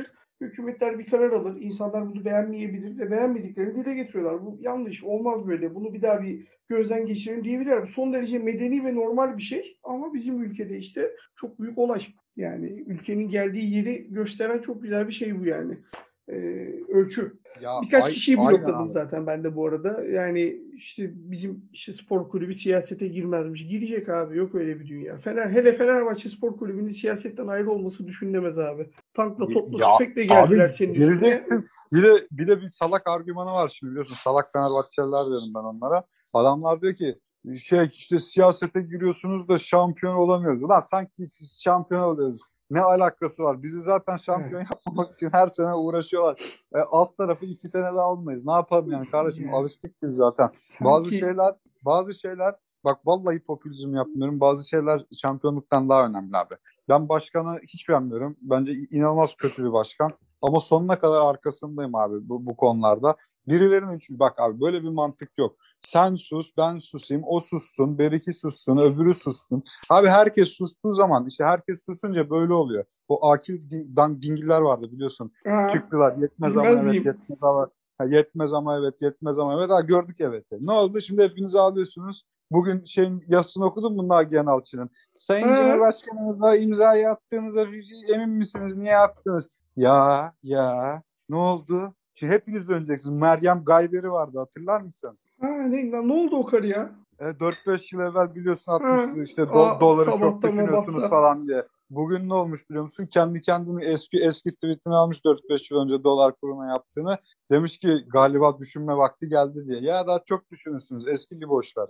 Hükümetler bir karar alır. İnsanlar bunu beğenmeyebilir ve beğenmediklerini dile getiriyorlar. Bu yanlış. Olmaz böyle. Bunu bir daha bir gözden geçirelim diyebilirler. Bu son derece medeni ve normal bir şey. Ama bizim ülkede işte çok büyük olay. Yani ülkenin geldiği yeri gösteren çok güzel bir şey bu yani. Ee, ölçü. Ya Birkaç ay, kişiyi aynen blokladım abi. zaten ben de bu arada. Yani işte bizim işte spor kulübü siyasete girmezmiş. Girecek abi. Yok öyle bir dünya. Fener, hele Fenerbahçe Spor Kulübü'nün siyasetten ayrı olması düşünülemez abi. Tankla, topla, Ya tüfekle abi geldiler senin üstüne. gireceksin. Bir de bir de bir salak argümanı var şimdi biliyorsun. Salak Fenerbahçeliler diyorum ben onlara. Adamlar diyor ki şey işte siyasete giriyorsunuz da şampiyon olamıyoruz. Ulan sanki siz şampiyon oluyoruz. Ne alakası var? Bizi zaten şampiyon Heh, yapmamak için her sene uğraşıyorlar. E, alt tarafı iki sene daha olmayız. Ne yapalım yani kardeşim yani alıştık biz zaten. Bazı sanki şeyler bazı şeyler bak vallahi popülizm yapmıyorum. Bazı şeyler şampiyonluktan daha önemli abi. Ben başkanı hiç beğenmiyorum. Bence inanılmaz kötü bir başkan. Ama sonuna kadar arkasındayım abi bu, bu konularda. Birilerinin çünkü bak abi böyle bir mantık yok. Sen sus, ben susayım, o sussun, beriki sussun, öbürü sussun. Abi herkes sustuğu zaman işte herkes susunca böyle oluyor. O akil din, dan, dingiller vardı biliyorsun. ha, Çıktılar yetmez ama bilmez evet miyim? yetmez ama ha, yetmez ama evet yetmez ama evet ha, gördük evet. Ne oldu? Şimdi hepiniz ağlıyorsunuz. Bugün şeyin yazısını okudun mu Nagihan Alçı'nın? Sayın Ha, Cumhurbaşkanımıza imzayı attığınıza emin misiniz? Niye attınız? Ya ya ne oldu? Şimdi hepiniz döneceksiniz. Meryem Gayberi vardı hatırlar mısın? ha ne, ne oldu o karı ya? E, dört beş yıl evvel biliyorsun Ha, atmıştı işte do- a, doları çok sabahta düşünüyorsunuz mabahta. falan diye. Bugün ne olmuş biliyor musun? Kendi kendini eski eski tweetini almış dört beş yıl önce dolar kuruna yaptığını. Demiş ki galiba düşünme vakti geldi diye. Ya daha çok düşünürsünüz eski liboşlar.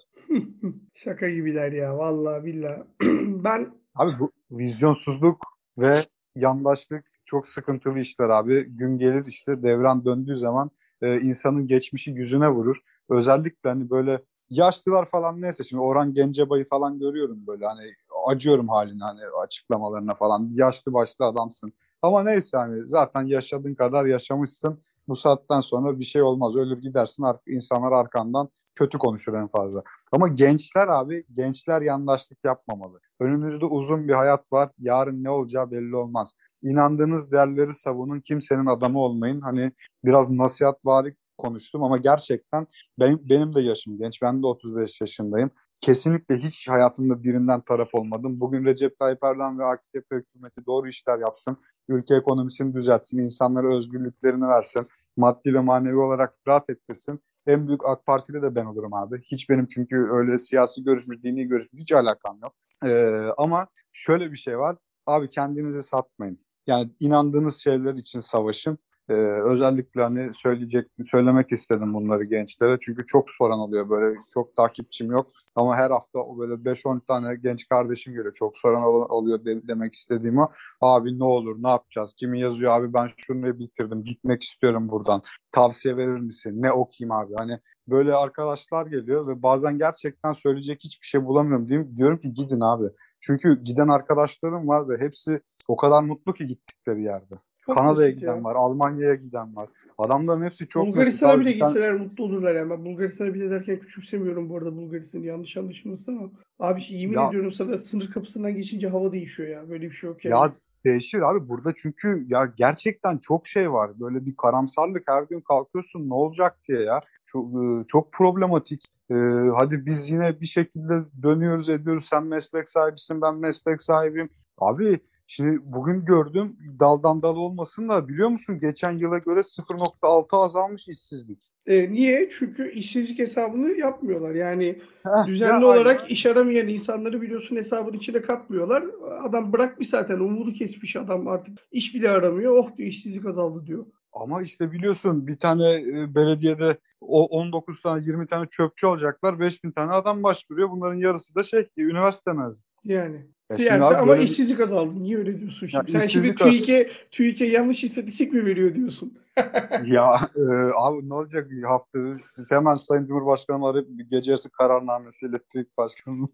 Şaka gibiler ya vallahi billahi. Ben Abi bu vizyonsuzluk ve yandaşlık çok sıkıntılı işler abi. Gün gelir işte devran döndüğü zaman e, insanın geçmişi yüzüne vurur. Özellikle hani böyle yaşlılar falan neyse şimdi Orhan Gencebay'ı falan görüyorum böyle hani acıyorum haline hani açıklamalarına falan. Yaşlı başlı adamsın. Ama neyse hani zaten yaşadığın kadar yaşamışsın. Bu saatten sonra bir şey olmaz. Ölür gidersin ar- insanlar arkandan kötü konuşur en fazla. Ama gençler abi gençler yandaşlık yapmamalı. Önünüzde uzun bir hayat var. Yarın ne olacağı belli olmaz. İnandığınız değerleri savunun. Kimsenin adamı olmayın. Hani biraz nasihatvari konuştum ama gerçekten benim, benim de yaşım genç. Ben de otuz beş yaşındayım. Kesinlikle hiç hayatımda birinden taraf olmadım. Bugün Recep Tayyip Erdoğan ve A K P hükümeti doğru işler yapsın. Ülke ekonomisini düzeltsin. İnsanlara özgürlüklerini versin. Maddi ve manevi olarak rahat ettirsin. En büyük AK Partili de ben olurum abi. Hiç benim çünkü öyle siyasi görüşmüş, dini görüşmüş hiç alakam yok. Ee, ama şöyle bir şey var. Abi kendinizi satmayın. Yani inandığınız şeyler için savaşın. Ee, özellikle hani söyleyecek, söylemek istedim bunları gençlere. Çünkü çok soran oluyor böyle. Çok takipçim yok. Ama her hafta o böyle beş on tane genç kardeşim geliyor. Çok soran ol- oluyor de- demek istediğim o. Abi ne olur ne yapacağız? Kimi yazıyor abi ben şunu bitirdim. Gitmek istiyorum buradan. Tavsiye verir misin? Ne okuyayım abi? Hani böyle arkadaşlar geliyor ve bazen gerçekten söyleyecek hiçbir şey bulamıyorum diyeyim. Diyorum ki gidin abi. Çünkü giden arkadaşlarım var ve hepsi o kadar mutlu ki gittikleri yerde. çok Kanada'ya basit giden ya. var, Almanya'ya giden var. Adamların hepsi çok mesut Bulgaristan'a abi. bile Bir tane gitseler mutlu olurlar yani. Ben Bulgaristan'a bile derken küçümsemiyorum bu arada Bulgaristan'ı yanlış anlaşılmasın ama abi şey, yemin ya ediyorum sana sınır kapısından geçince hava değişiyor ya. Böyle bir şey yok yani. ya değişir abi burada çünkü ya gerçekten çok şey var. Böyle bir karamsarlık her gün kalkıyorsun ne olacak diye ya. Çok, e, çok problematik. E, hadi biz yine bir şekilde dönüyoruz ediyoruz. Sen meslek sahibisin ben meslek sahibiyim. Abi şimdi bugün gördüm daldan dal olmasın da biliyor musun geçen yıla göre sıfır nokta altı azalmış işsizlik. E, niye? Çünkü işsizlik hesabını yapmıyorlar. Yani Heh, ya düzenli aynen olarak iş aramayan insanları biliyorsun hesabın içine katmıyorlar. Adam bırakmış zaten umudu kesmiş adam artık. İş bile aramıyor. Oh diyor işsizlik azaldı diyor. ama işte biliyorsun bir tane e, belediyede o on dokuz tane yirmi tane çöpçü alacaklar. beş bin tane adam başvuruyor. Bunların yarısı da şey e, üniversite mezunu. Yani. Ya şimdi Siyasi abi ama böyle bir işsizlik azaldı. Niye öyle diyorsun ya şimdi? Sen şimdi işsizlik var. TÜİK'e TÜİK'e yanlış istatistik mi veriyor diyorsun? Ya e, abi ne olacak bir hafta hemen Sayın Cumhurbaşkanım arayıp bir gece yarısı kararnamesiyle TÜİK Başkanı.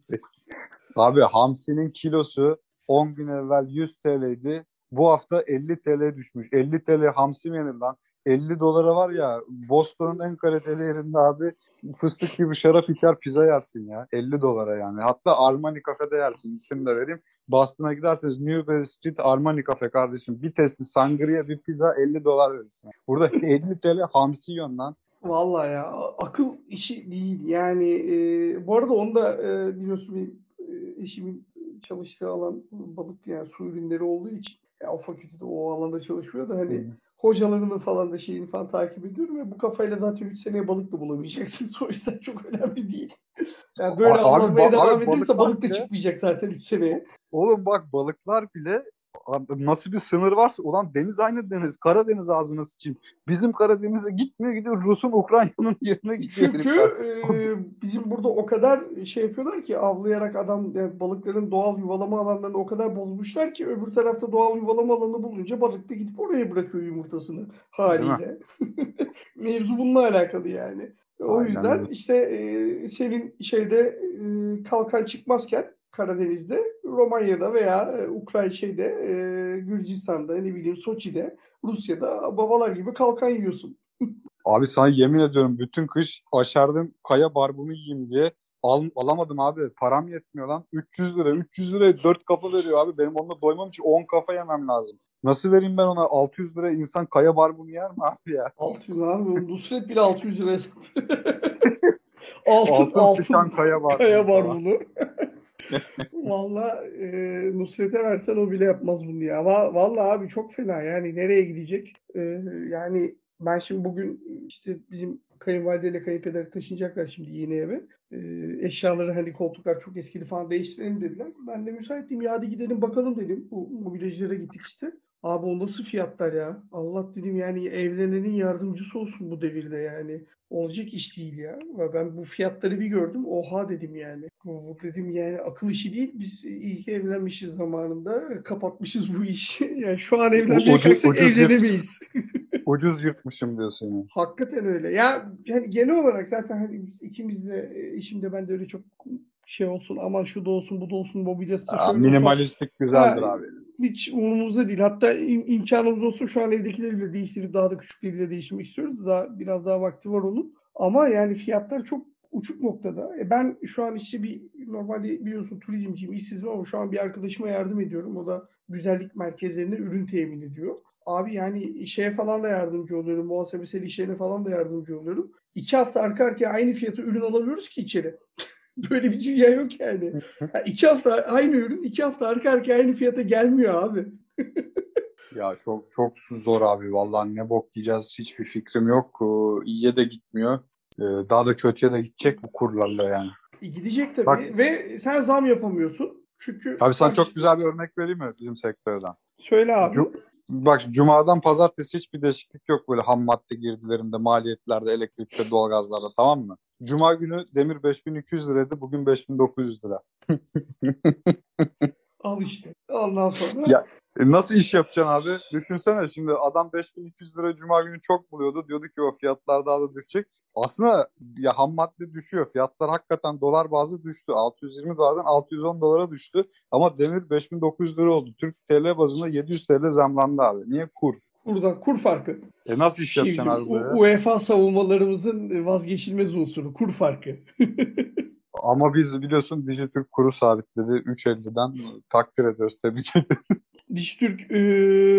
Abi hamsinin kilosu on gün evvel yüz T L'ydi. Bu hafta elli T L düşmüş. elli T L hamsi mi yenir lan? elli dolara var ya, Boston'un en kaliteli yerinde abi fıstık gibi şarap içer, pizza yersin ya. elli dolara yani. Hatta Armani kafede yersin. İsim de vereyim. Boston'a giderseniz Newberry Street Armani kafe kardeşim. Bir testi sangria, bir pizza elli dolar verirsin. Burada elli T L hamsi yiyorsun lan. Vallahi ya akıl işi değil. Yani e, bu arada onu da e, biliyorsun benim e, eşimin çalıştığı alan balık yani su ürünleri olduğu için ya o fakültede o alanda çalışmıyor da hani hocalarının falan da şeyini falan takip ediyorum ve bu kafayla zaten üç seneye balık da bulamayacaksınız. O yüzden çok önemli değil. Yani böyle Abi, avlanmaya ba- devam abi edilirse balıklar balık da bile çıkmayacak zaten üç seneye. Oğlum bak, balıklar bile nasıl bir sınır varsa, ulan deniz aynı deniz. Karadeniz ağzına sıçayım. Bizim Karadeniz'e gitmiyor, gidiyor Rus'un Ukrayna'nın yerine gidiyor Çünkü herifler. e, bizim burada o kadar şey yapıyorlar ki avlayarak adam yani balıkların doğal yuvalama alanlarını o kadar bozmuşlar ki öbür tarafta doğal yuvalama alanı bulunca balık da gidip oraya bırakıyor yumurtasını Değil mi? haliyle. Mevzu bununla alakalı yani. O Aynen yüzden öyle. işte e, senin şeyde e, kalkan çıkmazken Karadeniz'de, Romanya'da veya e, Ukrayna şeyde, e, Gürcistan'da, ne bileyim Soçi'de, Rusya'da babalar gibi kalkan yiyorsun. Abi sana yemin ediyorum, bütün kış aşerdim kaya barbunu yiyeyim diye. Al, alamadım abi. Param yetmiyor lan. üç yüz lira. üç yüz liraya dört kafa veriyor abi. Benim onunla doymam için on kafa yemem lazım. Nasıl vereyim ben ona altı yüz liraya, insan kaya barbunu yer mi abi ya? altı yüz abi. Nusret bile altı yüz liraya sattı. Altın Altın altın sıçan kaya kaya barbunu var falan. bunu. Valla e, Nusret'e versen o bile yapmaz bunu ya. Va Valla abi çok fena yani nereye gidecek? E, yani ben şimdi bugün işte bizim kayınvalideyle kayınpeder taşınacaklar şimdi yeni eve. E, eşyaları hani koltuklar çok eskidi falan değiştirelim dediler. Ben de müsait değilim ya hadi gidelim bakalım dedim. Bu mobilyacılara gittik işte. Abi o nasıl fiyatlar ya? Allah dedim yani evlenenin yardımcısı olsun bu devirde yani. Olacak iş değil ya. Ve ben bu fiyatları bir gördüm. Oha dedim yani. Bu, bu dedim yani akıl işi değil. Biz iyi ki evlenmişiz zamanında. Kapatmışız bu işi. Yani şu an U- evlenmeye ucu, kalksak ucuz yırt, evlenemeyiz. ucuz yırtmışım diyorsun yani. Hakikaten öyle. Ya yani genel olarak zaten hani biz ikimiz de e, eşim de ben de öyle çok şey olsun aman şu da olsun bu da olsun mobilyası da Aa, şöyle olsun. minimalistlik Ha, güzeldir abi. hiç umurumuzda değil. Hatta im- imkanımız olsun şu an evdekileri bile değiştirip daha da küçükleri de değiştirmek istiyoruz. Daha biraz daha vakti var onun. Ama yani fiyatlar çok uçuk noktada. E ben şu an işte bir normalde biliyorsun turizmciyim, işsizim ama şu an bir arkadaşıma yardım ediyorum. O da güzellik merkezlerine ürün temin ediyor. Abi yani şeye falan da yardımcı oluyorum. Muhasebesel işlerine falan da yardımcı oluyorum. İki hafta arka arkaya aynı fiyata ürün alamıyoruz ki içeri. Böyle bir dünya yok yani. Ya iki hafta aynı ürün iki hafta arka arkaya aynı fiyata gelmiyor abi. Ya çok çok zor abi. Vallahi ne bok yiyeceğiz hiçbir fikrim yok. Ee, İyiye de gitmiyor. Ee, Daha da kötüye de gidecek bu kurlarla yani. E, gidecek Bak tabii ve sen zam yapamıyorsun. Çünkü abi, sana bak çok işte güzel bir örnek vereyim mi bizim sektörden? söyle abi. Cu- Bak, cumadan pazartesi hiçbir değişiklik yok böyle ham madde girdilerinde, maliyetlerde, elektrikte, doğalgazlarda, tamam mı? Cuma günü demir beş bin iki yüz liraydı, bugün beş bin dokuz yüz lira. Al işte. Ondan sonra Ya e, nasıl iş yapacaksın abi? Düşünsene, şimdi adam beş bin iki yüz lira cuma günü çok buluyordu. Diyordu ki o fiyatlar daha da düşecek. Aslında ya ham madde düşüyor. Fiyatlar hakikaten dolar bazlı düştü. altı yüz yirmi dolardan altı yüz on dolara düştü. Ama demir beş bin dokuz yüz lira oldu. Türk T L bazında yedi yüz T L zamlandı abi. Niye? Kur. kurdan kur farkı. E nasıl iş Şey yapacaksın bizim abi U- böyle? UEFA savunmalarımızın vazgeçilmez unsuru kur farkı. Ama biz biliyorsun Dijitürk kuru sabitledi üç elliden, takdir ediyoruz, tebrik ediyoruz. Dijitürk e,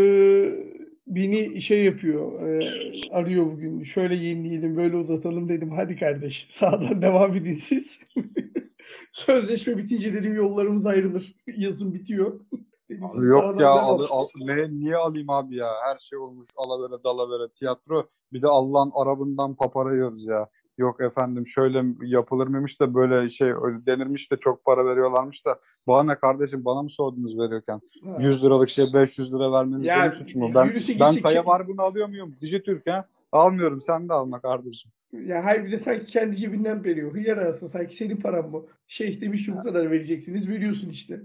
beni şey yapıyor, e, arıyor bugün. Şöyle yenileyelim, böyle uzatalım dedim. Hadi kardeş, sağdan devam edin siz. Sözleşme bitince dedim yollarımız ayrılır. Yazın bitiyor. Dedim Abi siz yok ya, sağdan al, devam. al- ne, niye alayım abi ya? Her şey olmuş, alavere dalavere tiyatro. Bir de Allah'ın arabından papara yiyoruz ya. Yok efendim şöyle yapılır mıymış da böyle şey öyle denirmiş de çok para veriyorlarmış da. Bana ne kardeşim, bana mı sordunuz verirken? Ha. yüz liralık şey beş yüz lira vermeniz benim Ya suçum mu? Ben yürüsün ben gitsin. Kaya Ke- var bunu alıyor muyum? Dijitürk ha? Almıyorum, sen de alma kardeşim. Ya hayır bir de sanki kendi cebinden veriyor. Hıyar arasında sanki senin paran mı? Şeyh demiş ki bu kadar vereceksiniz. Veriyorsun işte.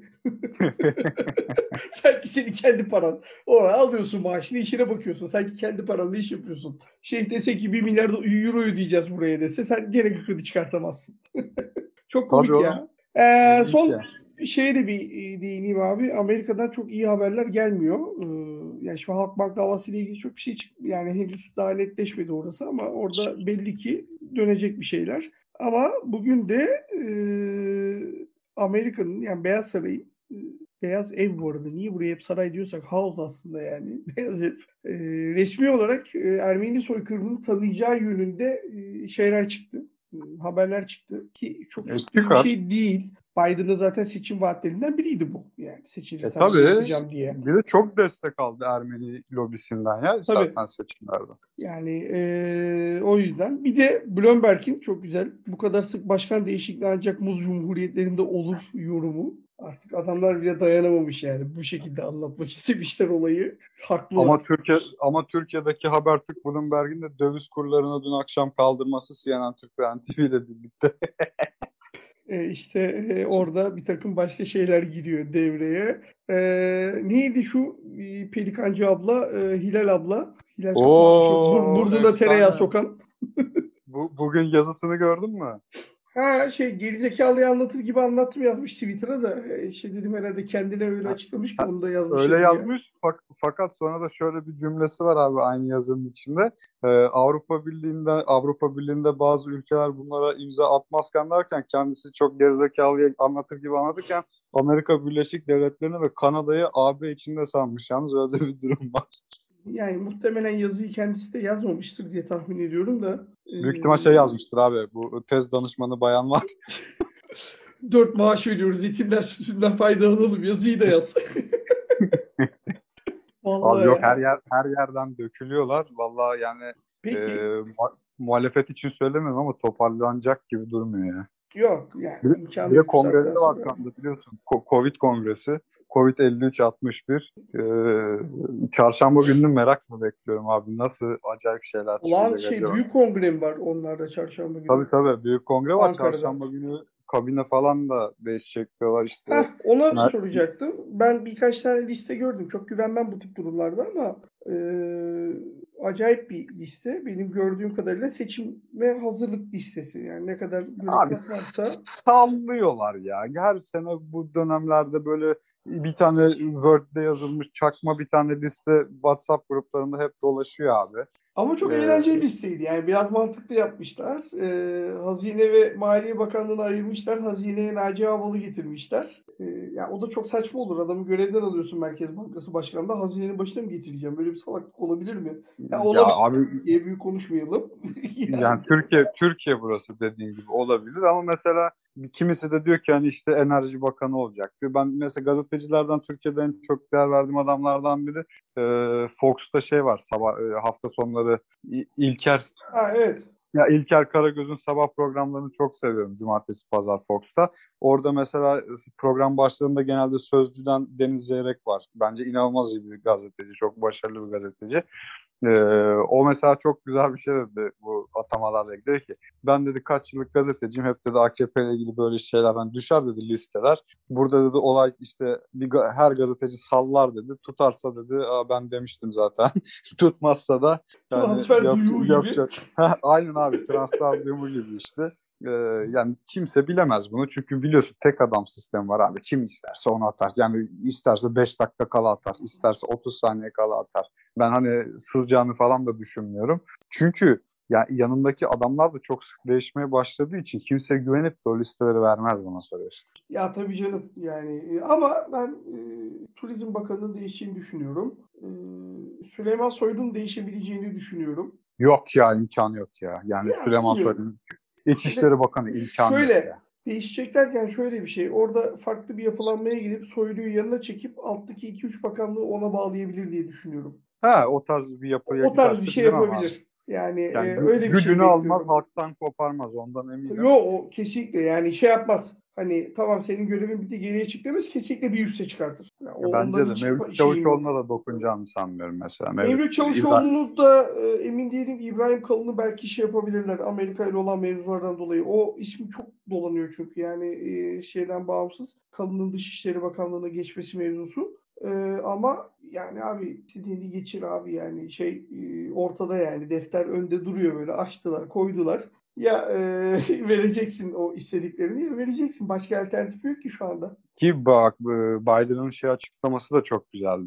Sanki senin kendi paran. Oraya alıyorsun maaşını işine bakıyorsun. Sanki kendi paranla iş yapıyorsun. Şeyh dese ki bir milyar euro ödeyeceğiz buraya dese sen gene gıkını çıkartamazsın. Çok Tabii komik oğlum. ya. Ee, İlginç ya. son şeye de bir e, değineyim abi. Amerika'dan çok iyi haberler gelmiyor. Ee, yani şu Halkbank davasıyla ilgili çok bir şey çıktı. Yani henüz daha netleşmedi orası ama orada belli ki dönecek bir şeyler. Ama bugün de e, Amerika'nın yani Beyaz Saray'ın e, Beyaz Ev bu arada. Niye buraya hep saray diyorsak house aslında yani. Beyaz Ev. E, resmi olarak e, Ermeni soykırımını tanıyacağı yönünde e, şeyler çıktı. E, haberler çıktı ki çok E, iyi bir çıkar. şey değil. Biden'ın zaten seçim vaatlerinden biriydi bu. Yani E seçilirsem bunu tabii. yapacağım diye. Bir de çok destek aldı Ermeni lobisinden ya Tabii. zaten seçimlerde. Yani e, o yüzden. Bir de Bloomberg'in çok güzel bu kadar sık başkan değişikliği ancak muz cumhuriyetlerinde olur yorumu. Artık adamlar bile dayanamamış yani. Bu şekilde anlatmak istemişler olayı. Haklılar. Ama Türkiye ama Türkiye'deki Habertürk Bloomberg'in de döviz kurlarını dün akşam kaldırması C N N Türk ve N T V ile birlikte. E, işte e, orada bir takım başka şeyler giriyor devreye. E, neydi şu e, Pelikancı abla, e, Hilal abla? Hilal Kaplan, şu bur- Oo, burnuna tereyağı efsane. sokan. Bu, bugün yazısını gördün mü? Ha şey gerizekalıyı anlatır gibi anlattım yazmış Twitter'a da. E, şey dedim herhalde kendine öyle açıklamış ki onu da yazmıştır Öyle diye. yazmış fak- fakat sonra da şöyle bir cümlesi var abi aynı yazının içinde. Ee, Avrupa Birliği'nde Avrupa Birliği'nde bazı ülkeler bunlara imza atmazken derken kendisi çok gerizekalıyı anlatır gibi anlatırken Amerika Birleşik Devletleri'ni ve Kanada'yı A B içinde sanmış. Yalnız öyle bir durum var. Yani muhtemelen yazıyı kendisi de yazmamıştır diye tahmin ediyorum da. E, Büyük ihtimal şey yazmıştır abi. Bu tez danışmanı bayan var. Dört maaş veriyoruz. Etinden sütünden faydalanalım. Yazıyı da yaz. Vallahi Abi yok ya. her yer her yerden dökülüyorlar. Vallahi yani e, Peki. mu- muhalefet için söylemiyorum ama toparlanacak gibi durmuyor ya. Yok yani Bir, imkanı bir de yok bu saatten kongreleri var sonra. şu anda biliyorsun. Ko- Covid kongresi. Covid elli üç altmış bir. Ee, çarşamba gününü merakla bekliyorum abi. Nasıl acayip şeyler Olan çıkacak şey acaba? büyük kongre mi var onlarda çarşamba Tabii günü? tabii. Büyük kongre var. Ankara'da. Çarşamba günü kabine falan da değişecek diyorlar işte. Heh, onu Mer- soracaktım. Ben birkaç tane liste gördüm. Çok güvenmem bu tip durumlarda ama e, acayip bir liste. Benim gördüğüm kadarıyla seçime hazırlık listesi. Yani ne kadar Abi bürokrat varsa. sallıyorlar ya. Her sene bu dönemlerde böyle bir tane Word'de yazılmış çakma bir tane liste WhatsApp gruplarında hep dolaşıyor abi. Ama çok Ee, eğlenceli listeydi. Yani biraz mantıklı yapmışlar. Ee, Hazine ve Maliye Bakanlığı'nı ayırmışlar. Hazine'ye Naci Ağbal'ı getirmişler. Ee, yani o da çok saçma olur. Adamı görevden alıyorsun Merkez Bankası Başkanı'nda. Hazinenin başına mı getireceğim? Böyle bir salaklık olabilir mi? Ya ya olabilir abi diye büyük konuşmayalım. yani Yani. Türkiye Türkiye burası dediğin gibi olabilir ama mesela kimisi de diyor ki hani işte Enerji Bakanı olacak diyor. Ben mesela gazetecilerden Türkiye'de en çok değer verdiğim adamlardan biri e, Fox'ta şey var sabah e, hafta sonları İ- İlker Ha evet. Ya İlker Karagöz'ün sabah programlarını çok seviyorum. Cumartesi, Pazar Fox'ta. Orada mesela program başlarında genelde Sözcü'den Deniz Zeyrek var. Bence inanılmaz iyi bir gazeteci. Çok başarılı bir gazeteci. Ee, o mesela çok güzel bir şey dedi bu atamalarla ilgili. Dedi ki ben dedi kaç yıllık gazeteciyim. Hep dedi A K P ile ilgili böyle şeyler hani düşer dedi listeler. Burada dedi olay işte bir, her gazeteci sallar dedi. Tutarsa dedi Aa, ben demiştim zaten. Tutmazsa da yani Transfer yap, duyuğu gibi. yapacak. Ha, aynen abi transfer duyumu gibi işte. Ee, yani kimse bilemez bunu çünkü biliyorsun tek adam sistemi var abi. Kim isterse onu atar. Yani isterse beş dakika kala atar. İsterse otuz saniye kala atar. Ben hani sızacağını falan da düşünmüyorum. Çünkü ya yanındaki adamlar da çok sık değişmeye başladığı için kimse güvenip de o listeleri vermez bana soruyorsun. Ya tabii canım yani e, ama ben e, Turizm Bakanı'nın değişeceğini düşünüyorum. E, Süleyman Soylu'nun değişebileceğini düşünüyorum. Yok ya imkanı yok ya. Yani Ya Süleyman bilmiyorum. Soylu'nun İçişleri Bakanı imkanı yok Şöyle ya. değişecek derken şöyle bir şey. Orada farklı bir yapılanmaya gidip Soylu'yu yanına çekip alttaki iki üç bakanlığı ona bağlayabilir diye düşünüyorum. Ha o tarz bir O, yapıya o tarz bir giderse şey bilemem abi. yapabilir. Yani Yani e, gü- öyle bir şey gücünü almaz, bekliyorum. halktan koparmaz ondan eminim. Yo o kesinlikle yani şey yapmaz. Hani tamam senin görevin bitti geriye çık demez. Kesinlikle bir üste çıkartır. Yani Ya o ondan bence de hiç Mevlüt şeyim yok. Çavuşoğlu'na da dokunacağını sanmıyorum mesela. Mevlüt Mevlüt İbrahim. Çavuşoğlu'nu da e, emin değilim. İbrahim Kalın'ı belki şey yapabilirler. Amerika ile olan mevzulardan dolayı. O ismi çok dolanıyor çünkü. Yani e, şeyden bağımsız. Kalın'ın Dışişleri Bakanlığı'na geçmesi mevzusu. E, ama yani abi istediğini geçir abi yani şey e, ortada yani defter önde duruyor böyle açtılar koydular. Ya e, vereceksin o istediklerini ya vereceksin. Başka alternatif yok ki şu anda. Ki bak e, Biden'ın şey açıklaması da çok güzeldi ya.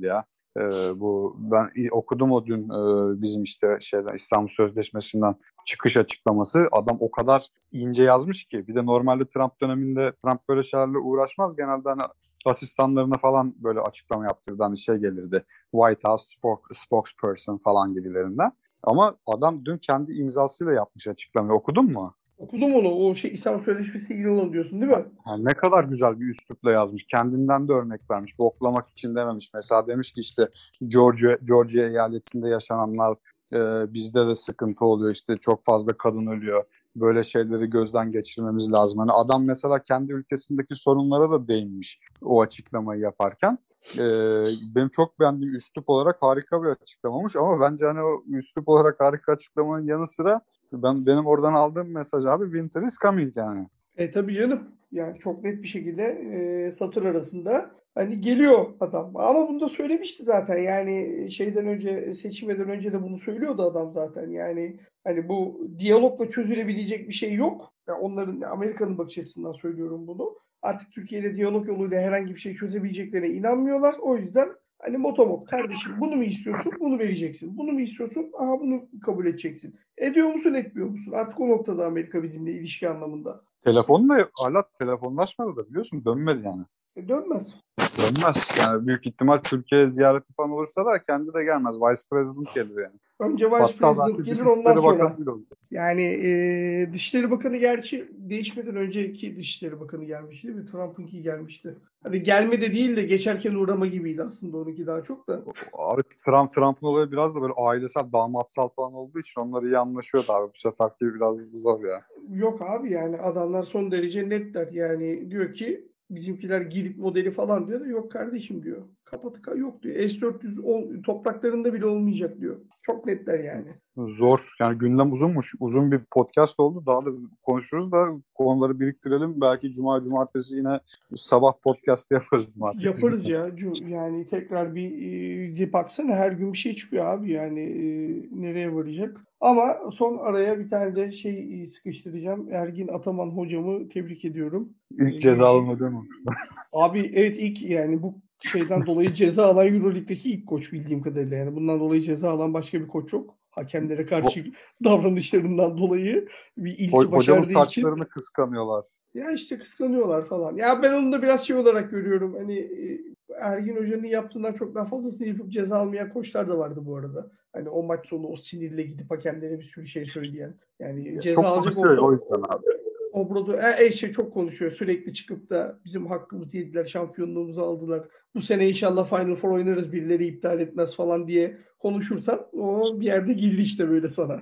Ee, bu ben okudum o dün e, bizim işte şeyden İstanbul Sözleşmesi'nden çıkış açıklaması. Adam o kadar ince yazmış ki. Bir de normalde Trump döneminde Trump böyle şeylerle uğraşmaz. Genelde hani asistanlarına falan böyle açıklama yaptırdı. Hani şey gelirdi. White House spok- spokesperson falan gibilerinden. Ama adam dün kendi imzasıyla yapmış açıklamayı. Okudun mu? Okudum onu. O şey İstanbul Sözleşmesi ilgili olan diyorsun değil mi? Yani ne kadar güzel bir üslupla yazmış. Kendinden de örnek vermiş. Boklamak için dememiş. Mesela demiş ki işte Georgia, Georgia eyaletinde yaşananlar e, bizde de sıkıntı oluyor. İşte çok fazla kadın ölüyor. Böyle şeyleri gözden geçirmemiz lazım. Hani adam mesela kendi ülkesindeki sorunlara da değinmiş o açıklamayı yaparken. E, benim çok beğendiğim üslup olarak harika bir açıklamamış ama bence hani o üslup olarak harika açıklamanın yanı sıra ben benim oradan aldığım mesaj abi winter is coming yani. E tabii canım. Yani çok net bir şekilde e, satır arasında hani geliyor adam. Ama bunu da söylemişti zaten. Yani şeyden önce seçimden önce de bunu söylüyordu adam zaten. Yani hani bu diyalogla çözülebilecek bir şey yok. Yani onların Amerika'nın bakış açısından söylüyorum bunu. Artık Türkiye ile diyalog yoluyla herhangi bir şey çözebileceklerine inanmıyorlar. O yüzden hani motomot kardeşim bunu mu istiyorsun? Bunu vereceksin. Bunu mu istiyorsun? Aha bunu kabul edeceksin. Ediyor musun, etmiyor musun? Artık o noktada Amerika bizimle ilişki anlamında. Telefonla hala telefonlaşmadı da biliyorsun dönmedi yani. E, dönmez. Dönmez. Yani büyük ihtimal Türkiye ziyareti falan olursa da kendi de gelmez. Vice President gelir yani. Önce Vice Hatta President belki gelir ondan Dışişleri Bakanı sonra. bile olur. Yani e, Dışişleri Bakanı gerçi değişmeden önceki Dışişleri Bakanı gelmişti değil mi? Trump'ınki gelmişti. Hadi gelme de değil de geçerken uğrama gibiydi aslında onunki daha çok da. Abi Trump Trump'ın olayı biraz da böyle ailesel, damatsal falan olduğu için onlar iyi anlaşıyordu abi. Bu seferki biraz zor ya. Yok abi yani adamlar son derece netler. Yani diyor ki bizimkiler Girit modeli falan diyor da yok kardeşim diyor. Kapatı yok diyor. S dört yüz ol- topraklarında bile olmayacak diyor. Çok netler yani. Zor. Yani gündem uzunmuş. Uzun bir podcast oldu. Daha da konuşuruz da konuları biriktirelim. Belki cuma cumartesi yine sabah podcast yaparız cumartesi günü. Yaparız ya. Cu- Yani tekrar bir e, baksana her gün bir şey çıkıyor abi. Yani e, nereye varacak? Ama son araya bir tane de şey e, sıkıştıracağım. Ergin Ataman hocamı tebrik ediyorum. E, İlk ceza alınma değil mi? Abi evet ilk yani bu şeyden dolayı ceza alan Euroleague'deki ilk koç bildiğim kadarıyla. Yani bundan dolayı ceza alan başka bir koç yok. Hakemlere karşı davranışlarından dolayı bir Ho- ilki hocamın başardığı için. saçlarını kıskanıyorlar. Ya işte kıskanıyorlar falan. Ya ben onu da biraz şey olarak görüyorum. Hani e, Ergin Hoca'nın yaptığından çok daha fazlasını yapıp ceza almayan koçlar da vardı bu arada. Hani o maç sonu o sinirle gidip hakemlere bir sürü şey söyleyen. Yani Ya ceza çok alacak konuşuyor olsa ya, o yüzden abi. Obrodo e, e, şey çok konuşuyor. Sürekli çıkıp da bizim hakkımızı yediler, şampiyonluğumuzu aldılar. Bu sene inşallah Final Four oynarız, birileri iptal etmez falan diye konuşursan o bir yerde gelir işte böyle sana.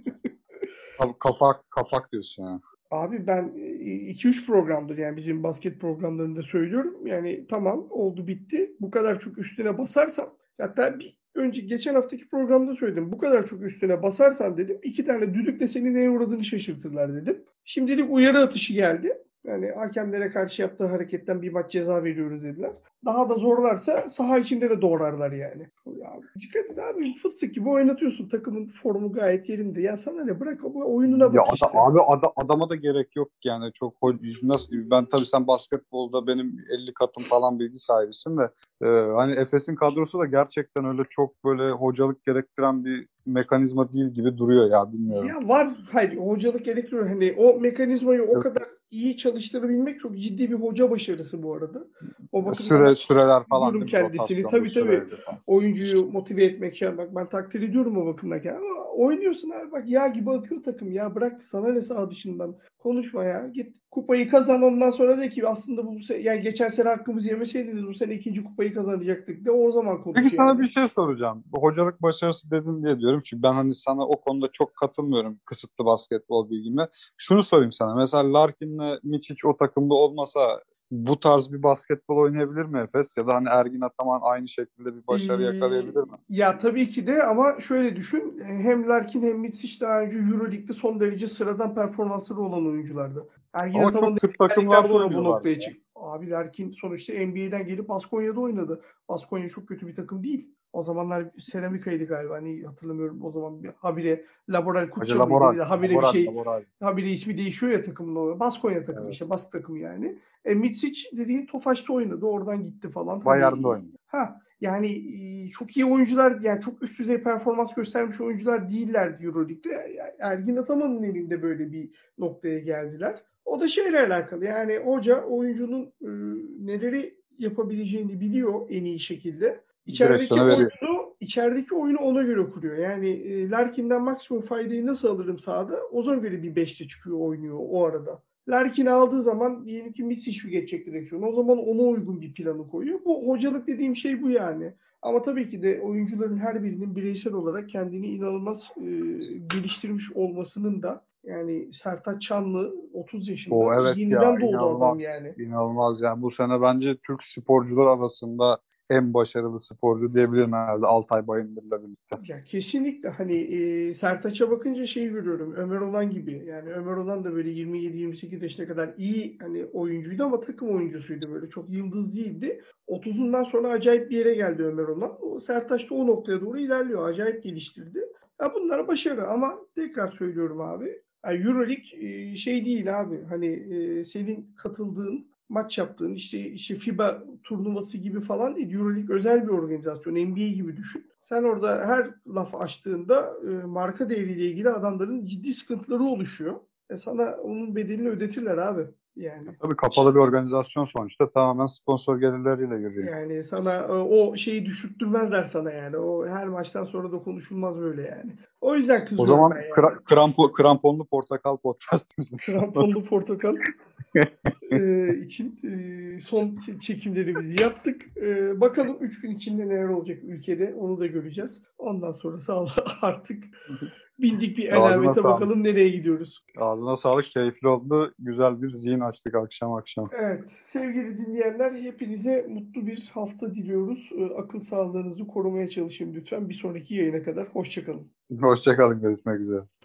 Abi kapak kapak diyorsun ya. Abi ben iki üç programdır yani bizim basket programlarında söylüyorum. Yani tamam oldu bitti. Bu kadar çok üstüne basarsan hatta bir önce geçen haftaki programda söyledim. Bu kadar çok üstüne basarsan dedim iki tane düdükle seni neye uğradığını şaşırtırlar dedim. Şimdilik uyarı atışı geldi. Yani hakemlere karşı yaptığı hareketten bir maç ceza veriyoruz dediler. Daha da zorlarsa saha içinde de doğrarlar yani. Ya, dikkat et abi fıstık gibi oynatıyorsun. Takımın formu gayet yerinde. Ya sana ne bırak ama oyununa Ya bak ada- işte. abi ada- adama da gerek yok yani çok ho- nasıl diyeyim ben tabii sen basketbolda benim elli katım falan bilgi sahibisin de e, hani Efes'in kadrosu da gerçekten öyle çok böyle hocalık gerektiren bir mekanizma değil gibi duruyor ya bilmiyorum. Ya var hayır hocalık gerektiriyor. Hani o mekanizmayı o kadar iyi çalıştırabilmek çok ciddi bir hoca başarısı bu arada. O bakımdan Süre ben süreler falan biliyorum değil mi? kendisini. Rotasyonda Tabii tabii süreyle falan. oyuncuyu motive etmek şey bak ben takdir ediyorum o bakımdan. Ama oynuyorsun abi bak yağ gibi akıyor takım ya bırak sana ne saha dışından konuşma ya. Git kupayı kazan ondan sonra de ki aslında bu se- yani geçen sene hakkımızı yemeseydiniz bu sene ikinci kupayı kazanacaktık de o zaman Peki konuş sana bir yani. şey soracağım. Bu hocalık başarısı dedin diye diyorum. Çünkü ben hani sana o konuda çok katılmıyorum kısıtlı basketbol bilgimle. Şunu sorayım sana. Mesela Larkin'le Mičić o takımda olmasa bu tarz bir basketbol oynayabilir mi Efes? Ya da hani Ergin Ataman aynı şekilde bir Ee, başarı yakalayabilir mi? ya tabii ki de ama şöyle düşün. Hem Larkin hem Mitsic daha önce Euroleague'de son derece sıradan performansları olan oyunculardı. Ergin Ama Ataman da çok kötü geldikten takımlarda sonra bu oynuyorlardı noktaya ya. çıktı. Abi Larkin sonuçta N B A'den gelip Baskonya'da oynadı. Baskonya çok kötü bir takım değil. O zamanlar Seramika'ydı galiba. Hani hatırlamıyorum o zaman. Bir Habire Laboral Hacı Kutça mıydı? Bir Laboral, de Habire bir Laboral, şey. Laboral. Habire ismi değişiyor ya takımın. Baskonya takımı Evet. işte. Bask takımı yani. E, Mitsic dediğin Tofaş'ta oynadı. Oradan gitti falan. Hani Bayern'de oynuyor. ha yani e, çok iyi oyuncular, yani çok üst düzey performans göstermiş oyuncular değiller Euroleague'de. Ergin Ataman'ın elinde böyle bir noktaya geldiler. O da şeyle alakalı, yani hoca oyuncunun e, neleri yapabileceğini biliyor en iyi şekilde. İçerideki Direksiyonu veriyor. oyunu, içerideki oyunu ona göre kuruyor. Yani e, Larkin'den maksimum faydayı nasıl alırım sahada? Ona göre bir beşte çıkıyor, oynuyor o arada. Larkin'i aldığı zaman diyelim ki Mitsic geçecek direksiyonu. O zaman ona uygun bir planı koyuyor. Bu hocalık dediğim şey bu yani. Ama tabii ki de oyuncuların her birinin bireysel olarak kendini inanılmaz e, geliştirmiş olmasının da, yani Sertaç Çanlı otuz yaşında O evet ya, yeniden doğdu adam inanılmaz yani. inanılmaz yani bu sene bence Türk sporcular arasında en başarılı sporcu diyebilirim herhalde Altay Bayındır'la birlikte. Ya kesinlikle, hani e, Sertaç'a bakınca şey görüyorum, Ömer Olan gibi. Yani Ömer Olan da böyle yirmi yedi yirmi sekiz yaşına kadar iyi hani oyuncuydu ama takım oyuncusuydu, böyle çok yıldız değildi. otuzundan sonra acayip bir yere geldi Ömer Olan. O Sertaç da o noktaya doğru ilerliyor. Acayip geliştirdi. Ya bunlar başarı ama tekrar söylüyorum abi. Yani Euroleague e, şey değil abi. Hani e, senin katıldığın, maç yaptığın işte işte FIBA turnuvası gibi falan değil. Euroleague özel bir organizasyon. N B A gibi düşün. Sen orada her laf açtığında e, marka değeriyle ilgili adamların ciddi sıkıntıları oluşuyor. E sana onun bedelini ödetirler abi. Yani Tabii kapalı bir organizasyon sonuçta, tamamen sponsor gelirleriyle yürüyor. yani sana e, o şeyi düşürttürmezler sana yani. O her maçtan sonra da konuşulmaz böyle yani. O yüzden O kızıyorum zaman ben yani. kra- krampo- kramponlu portakal podcast'ımızın sonuna. Kramponlu portakal e, için e, son çekimlerimizi yaptık. E, bakalım üç gün içinde neler olacak ülkede, onu da göreceğiz. Ondan sonra sağ artık bindik bir Ağzına alamete, sağlık. bakalım nereye gidiyoruz. Ağzına sağlık. Keyifli oldu. Güzel bir zihin açtık akşam akşam. Evet, sevgili dinleyenler, hepinize mutlu bir hafta diliyoruz. E, akıl sağlığınızı korumaya çalışın lütfen. Bir sonraki yayına kadar hoşça kalın. Hoşça kalın. Görüşmek üzere.